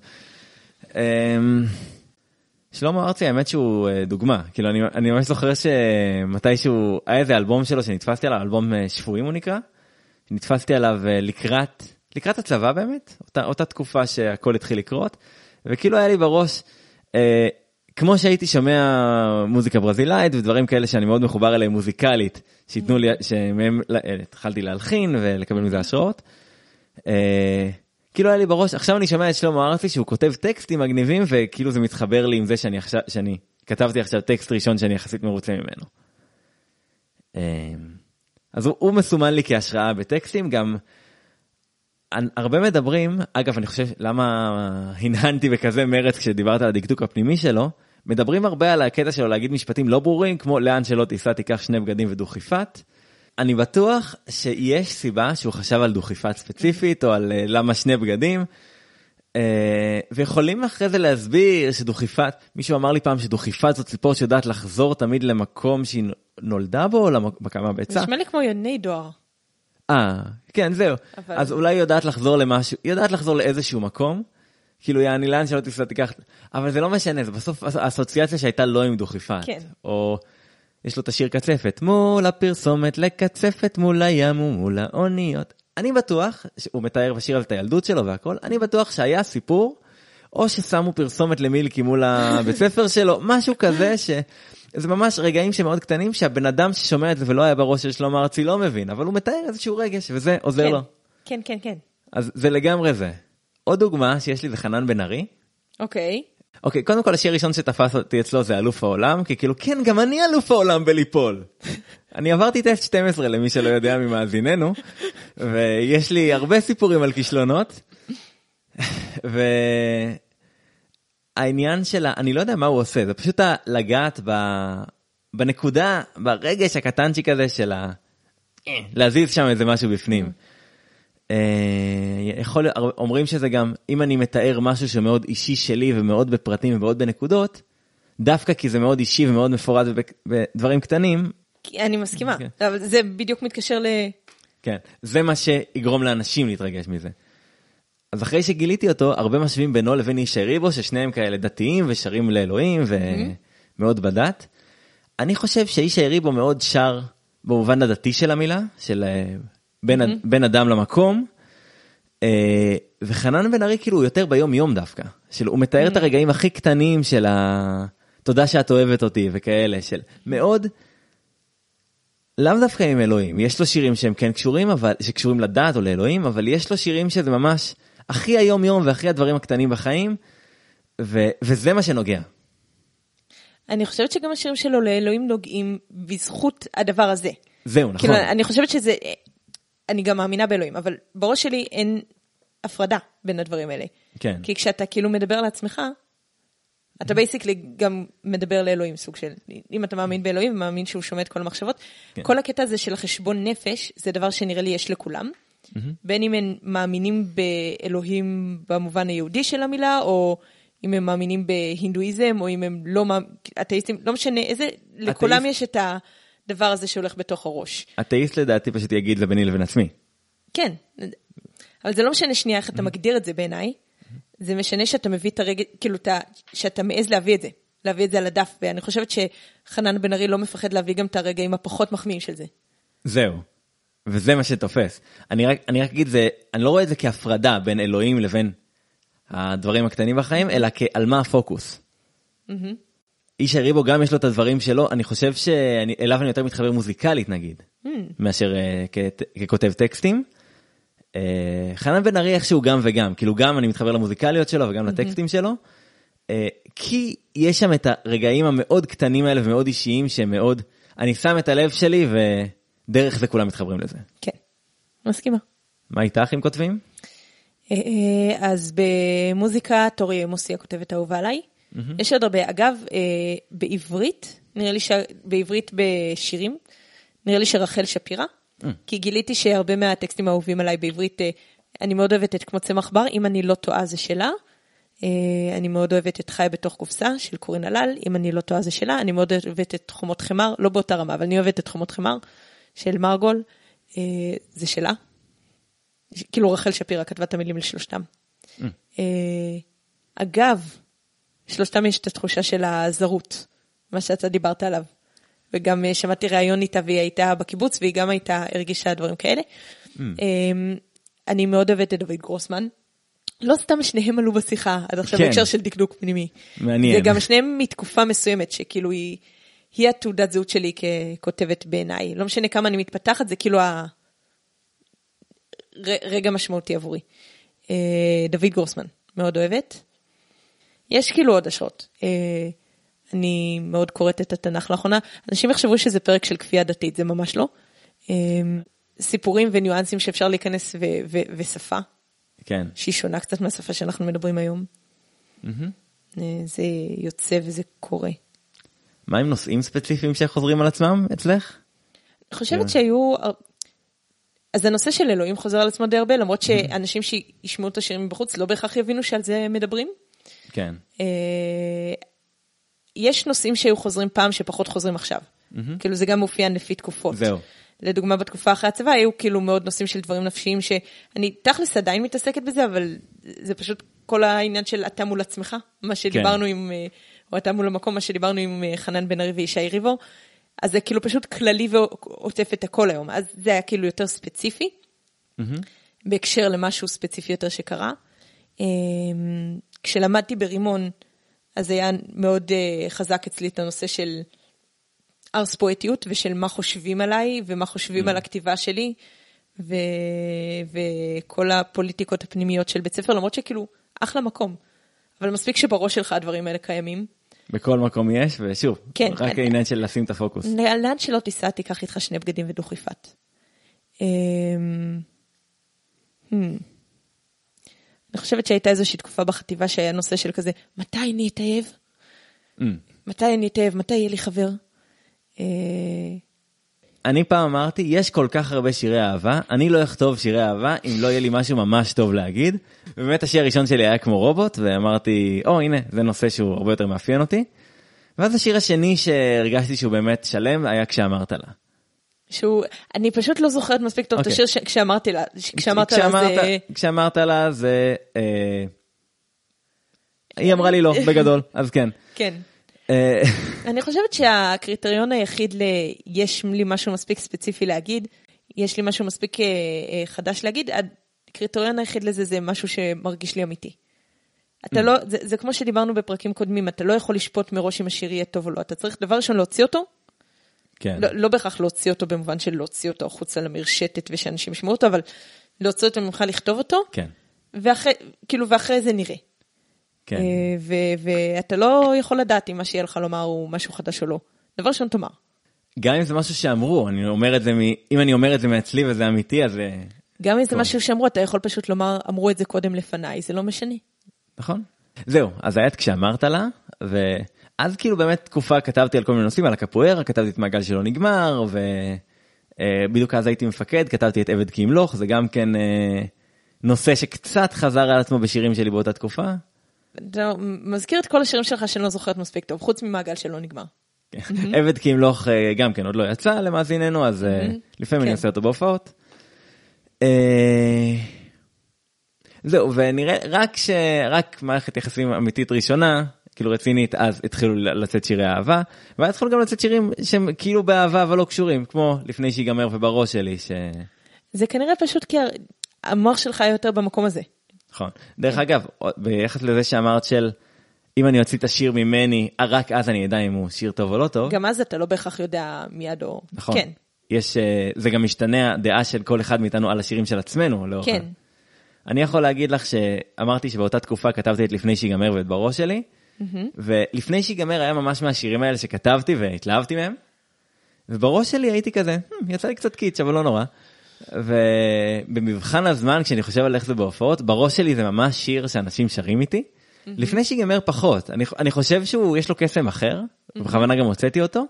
שלמה ארצי, האמת שהוא דוגמה. כאילו, אני, אני ממש זוכר שמתישהו, היה איזה אלבום שלו שנתפסתי עליו, אלבום שפויים הוא נקרא, שנתפסתי עליו לקראת, לקראת הצבא באמת, אותה, אותה תקופה שהכל התחיל לקרות, וכאילו היה לי בראש, אה, כמו שהייתי שומע מוזיקה ברזילאית ודברים כאלה שאני מאוד מחובר אליהם מוזיקלית, שיתנו לי, שמהם התחלתי להלחין ולקבל מזה השראות, אה, כאילו היה לי בראש, עכשיו אני שומע את שלמה ארצי שהוא כותב טקסטים מגניבים, וכאילו זה מתחבר לי עם זה שאני, עכשיו, שאני כתבתי עכשיו טקסט ראשון שאני יחסית מרוצה ממנו. אז הוא, הוא מסומן לי כהשראה בטקסטים, גם הרבה מדברים, אגב, אני חושב, למה הנהנתי בכזה מרץ כשדיברת על הדקדוק הפנימי שלו, מדברים הרבה על הקטע שלו להגיד משפטים לא ברורים, כמו לאן שלא תיסע תיקח שני בגדים ודוכיפת. אני בטוח שיש סיבה שהוא חשב על דוכיפת ספציפית, או על למה שני בגדים, ויכולים אחרי זה להסביר שדוכיפת, מישהו אמר לי פעם שדוכיפת זאת ציפור שיודעת לחזור תמיד למקום שהיא נולדה בו, או למקום הביצה. נשמע לי כמו יוני דואר. אה, כן, זהו. אבל... אז אולי היא יודעת לחזור למשהו, היא יודעת לחזור לאיזשהו מקום, כאילו יעני לאן שלא תיסע תיקח, אבל זה לא משנה, זה בסוף האסוציאציה שהייתה לא עם דוכיפת. כן. או יש לו את השיר קצפת, מול הפרסומת לקצפת, מול הים ומול האוניות. אני בטוח, הוא מתאר בשיר על את הילדות שלו והכל, אני בטוח שהיה סיפור, או ששמו פרסומת למילקי מול הבית ספר שלו, משהו כזה ש... זה ממש רגעים שמאוד קטנים, שהבן אדם ששומע את זה ולא היה בראש של שלמה ארצי לא מבין, אבל הוא מתאר איזשהו רגש, וזה עוזר כן, לו. כן, כן, כן. אז זה לגמרי זה. עוד דוגמה שיש לי זה חנן בן ארי. אוקיי. אוקיי, קודם כל השיר הראשון שתפס אותי אצלו זה אלוף העולם, כי כאילו כן, גם אני אלוף העולם בליפול. אני עברתי טסט שתים עשרה למי שלא יודע ממאזיננו, ויש לי הרבה סיפורים על כישלונות, והעניין שלה, אני לא יודע מה הוא עושה, זה פשוט לגעת ב... בנקודה, ברגש הקטנצ'יק הזה של ה... להזיז שם איזה משהו בפנים. יכול, אומרים שזה גם, אם אני מתאר משהו שמאוד אישי שלי ומאוד בפרטים ומאוד בנקודות, דווקא כי זה מאוד אישי ומאוד מפורט בדברים קטנים. אני מסכימה, אבל זה בדיוק מתקשר ל... כן, זה מה שיגרום לאנשים להתרגש מזה. אז אחרי שגיליתי אותו, הרבה משווים בינו לבין איש ריבו, ששניהם כאלה דתיים ושרים לאלוהים ומאוד בדת. אני חושב שאיש ריבו מאוד שר במובן הדתי של המילה, של בין, mm-hmm. בין אדם למקום, אה, וחנן בן ארי כאילו הוא יותר ביום יום דווקא, של, הוא מתאר mm-hmm. את הרגעים הכי קטנים של ה... תודה שאת אוהבת אותי וכאלה, של מאוד, לאו דווקא עם אלוהים, יש לו שירים שהם כן קשורים, אבל, שקשורים לדת או לאלוהים, אבל יש לו שירים שזה ממש הכי היום יום והכי הדברים הקטנים בחיים, ו, וזה מה שנוגע. אני חושבת שגם השירים שלו לאלוהים נוגעים בזכות הדבר הזה. זהו, נכון. כאילו, אני חושבת שזה, אני גם מאמינה באלוהים, אבל בראש שלי אין הפרדה בין הדברים האלה. כן. כי כשאתה כאילו מדבר לעצמך, אתה בייסיקלי גם מדבר לאלוהים סוג של, אם אתה מאמין באלוהים ומאמין שהוא שומע את כל המחשבות, כן. כל הקטע הזה של החשבון נפש, זה דבר שנראה לי יש לכולם. Mm-hmm. בין אם הם מאמינים באלוהים במובן היהודי של המילה, או אם הם מאמינים בהינדואיזם, או אם הם לא אתאיסטים, לא משנה איזה, לכולם יש את הדבר הזה שהולך בתוך הראש. אתאיסט לדעתי פשוט יגיד לביני לבין עצמי. כן, אבל זה לא משנה שנייה איך אתה מגדיר את זה בעיניי, זה משנה שאתה מביא את הרגע, כאילו שאתה מעז להביא את זה, להביא את זה על הדף, ואני חושבת שחנן בן ארי לא מפחד להביא גם את הרגעים הפחות מחמיאים של זה. זהו, וזה מה שתופס. אני רק, אני רק אגיד זה, אני לא רואה את זה כהפרדה בין אלוהים לבין הדברים הקטנים בחיים, אלא כעל מה הפוקוס. איש הריבו גם יש לו את הדברים שלו, אני חושב שאליו אני יותר מתחבר מוזיקלית נגיד, מאשר ככותב טקסטים. חנן בן ארי איכשהו גם וגם, כאילו גם אני מתחבר למוזיקליות שלו וגם לטקסטים שלו, כי יש שם את הרגעים המאוד קטנים האלה ומאוד אישיים שמאוד, אני שם את הלב שלי ודרך זה כולם מתחברים לזה. כן, מסכימה. מה איתך אם כותבים? אז במוזיקה תורי עמוסי הכותבת האהובה עליי, יש עוד הרבה, אגב בעברית, נראה לי שבעברית בשירים, נראה לי שרחל שפירה, כי גיליתי שהרבה מהטקסטים האהובים עליי בעברית, אני מאוד אוהבת את כמו צמח בר, אם אני לא טועה זה שלה, אני מאוד אוהבת את חי בתוך קופסה של קורין הלל, אם אני לא טועה זה שלה, אני מאוד אוהבת את חומות חמר, לא באותה רמה, אבל אני אוהבת את חומות חמר של מרגול, זה שלה. כאילו רחל שפירה כתבה את המילים לשלושתם. אגב, שלושתם יש את התחושה של הזרות, מה שאתה דיברת עליו. וגם שמעתי ראיון איתה, והיא הייתה בקיבוץ, והיא גם הייתה, הרגישה דברים כאלה. אני מאוד אוהבת את דוד גרוסמן. לא סתם שניהם עלו בשיחה, עד עכשיו בהקשר של דקדוק פנימי. מעניין. וגם שניהם מתקופה מסוימת, שכאילו היא, היא התעודת זהות שלי ככותבת בעיניי. לא משנה כמה אני מתפתחת, זה כאילו הרגע משמעותי עבורי. דוד גרוסמן, מאוד אוהבת. יש כאילו עוד השראות. אני מאוד קוראת את התנ"ך לאחרונה. אנשים יחשבו שזה פרק של כפייה דתית, זה ממש לא. סיפורים וניואנסים שאפשר להיכנס ו- ו- ושפה כן. שהיא שונה קצת מהשפה שאנחנו מדברים היום. Mm-hmm. זה יוצא וזה קורה. מה עם נושאים ספציפיים שחוזרים על עצמם אצלך? אני חושבת שהיו... אז הנושא של אלוהים חוזר על עצמו די הרבה, למרות שאנשים שישמעו את השירים בחוץ לא בהכרח יבינו שעל זה מדברים. כן. יש נושאים שהיו חוזרים פעם שפחות חוזרים עכשיו. כאילו זה גם מופיע לפי תקופות. זהו. לדוגמה בתקופה אחרי הצבא היו כאילו מאוד נושאים של דברים נפשיים שאני תכלס עדיין מתעסקת בזה, אבל זה פשוט כל העניין של אתה מול עצמך, מה שדיברנו עם, או אתה מול המקום, מה שדיברנו עם חנן בן ארי וישי ריבו, אז זה כאילו פשוט כללי ועוטף את הכל היום. אז זה היה כאילו יותר ספציפי, בהקשר למשהו ספציפי יותר שקרה. כשלמדתי ברימון, אז היה מאוד חזק אצלי את הנושא של ארס פואטיות, ושל מה חושבים עליי, ומה חושבים על הכתיבה שלי, ו... וכל הפוליטיקות הפנימיות של בית ספר, למרות שכאילו, אחלה מקום. אבל מספיק שבראש שלך הדברים האלה קיימים. בכל מקום יש, ושוב, כן, רק אני... העניין של לשים את הפוקוס. לאן שלא תיסע, תיקח איתך שני בגדים ודוכיפת. אני חושבת שהייתה איזושהי תקופה בחטיבה, שהיה נושא של כזה, מתי אני אתאהב? מתי אני אתאהב? מתי יהיה לי חבר? אני פעם אמרתי, יש כל כך הרבה שירי אהבה, אני לא אכתוב שירי אהבה אם לא יהיה לי משהו ממש טוב להגיד. ובאמת השיר הראשון שלי היה כמו רובוט, ואמרתי, או הנה, זה נושא שהוא הרבה יותר מאפיין אותי. ואז השיר השני שהרגשתי שהוא באמת שלם, היה כשאמרת לה. שהוא, אני פשוט לא זוכרת מספיק טוב את השיר כשאמרתי לה, כשאמרת לה זה... כשאמרת לה זה... היא אמרה לי לא, בגדול, אז כן. כן. אני חושבת שהקריטריון היחיד ל... יש לי משהו מספיק ספציפי להגיד, יש לי משהו מספיק חדש להגיד, הקריטריון היחיד לזה זה משהו שמרגיש לי אמיתי. אתה לא, זה, זה כמו שדיברנו בפרקים קודמים, אתה לא יכול לשפוט מראש אם השיר יהיה טוב או לא, אתה צריך דבר ראשון להוציא אותו, כן. לא, לא בהכרח להוציא אותו במובן של להוציא אותו חוץ על המרשתת ושאנשים ישמעו אותו, אבל להוציא אותו ממך לכתוב אותו, כן. ואחרי, כאילו, ואחרי זה נראה. כן. ואתה לא יכול לדעת אם מה שיהיה לך לומר הוא משהו חדש או לא. דבר ראשון תאמר. גם אם זה משהו שאמרו, אני אומר את זה, אם אני אומר את זה מעצלי וזה אמיתי, אז... גם אם זה משהו שאמרו, אתה יכול פשוט לומר, אמרו את זה קודם לפניי, זה לא משנה. נכון. זהו, אז היית כשאמרת לה, ואז כאילו באמת תקופה כתבתי על כל מיני נושאים, על הקפוארה, כתבתי את מעגל שלא נגמר, ובדיוק אז הייתי מפקד, כתבתי את עבד כי ימלוך, זה גם כן נושא שקצת חזר על עצמו בשירים שלי באותה תקופה. אתה מזכיר את כל השירים שלך שאני לא זוכרת מספיק טוב, חוץ ממעגל שלא נגמר. עבד כי ימלוך גם כן עוד לא יצא למאזיננו, אז לפעמים אני עושה אותו בהופעות. זהו, ונראה רק שרק מערכת יחסים אמיתית ראשונה, כאילו רצינית, אז התחילו לצאת שירי אהבה, ואז התחילו גם לצאת שירים שהם כאילו באהבה אבל לא קשורים, כמו לפני שיגמר ובראש שלי. ש... זה כנראה פשוט כי המוח שלך יותר במקום הזה. נכון. דרך אגב, ביחס לזה שאמרת של, אם אני אוציא את השיר ממני, רק אז אני אדע אם הוא שיר טוב או לא טוב. גם אז אתה לא בהכרח יודע מיד או... נכון. כן. יש, זה גם משתנה הדעה של כל אחד מאיתנו על השירים של עצמנו. לא כן. אני יכול להגיד לך שאמרתי שבאותה תקופה כתבתי את לפני שיגמר ואת בראש שלי, ולפני שיגמר היה ממש מהשירים האלה שכתבתי והתלהבתי מהם, ובראש שלי הייתי כזה, יצא לי קצת קיץ' אבל לא נורא. ובמבחן הזמן, כשאני חושב על איך זה בהופעות, בראש שלי זה ממש שיר שאנשים שרים איתי, לפני שיגמר פחות. אני, אני חושב שהוא, יש לו קסם אחר, ובכוונה גם הוצאתי אותו,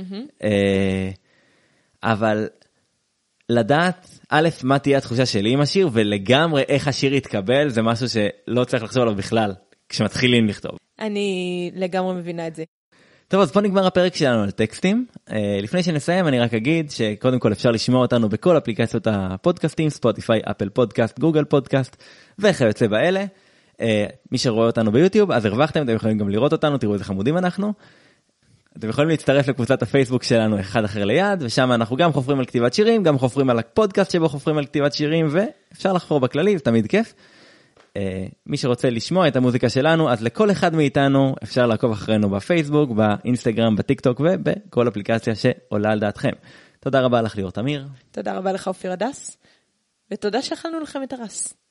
אבל לדעת, א', מה תהיה התחושה שלי עם השיר, ולגמרי איך השיר יתקבל, זה משהו שלא צריך לחשוב עליו בכלל, כשמתחילים לכתוב. אני לגמרי מבינה את זה. טוב, אז פה נגמר הפרק שלנו על טקסטים. לפני שנסיים, אני רק אגיד שקודם כל אפשר לשמוע אותנו בכל אפליקציות הפודקאסטים, ספוטיפיי, אפל פודקאסט, גוגל פודקאסט, וכיוצא באלה. מי שרואה אותנו ביוטיוב, אז הרווחתם, אתם יכולים גם לראות אותנו, תראו איזה חמודים אנחנו. אתם יכולים להצטרף לקבוצת הפייסבוק שלנו אחד אחר ליד, ושם אנחנו גם חופרים על כתיבת שירים, גם חופרים על הפודקאסט שבו חופרים על כתיבת שירים, ואפשר לחפור בכללי, זה תמיד כיף. מי שרוצה לשמוע את המוזיקה שלנו, אז לכל אחד מאיתנו אפשר לעקוב אחרינו בפייסבוק, באינסטגרם, בטיק טוק ובכל אפליקציה שעולה על דעתכם. תודה רבה לך ליאור תמיר. תודה רבה לך אופיר הדס, ותודה שאכלנו לכם את הרס.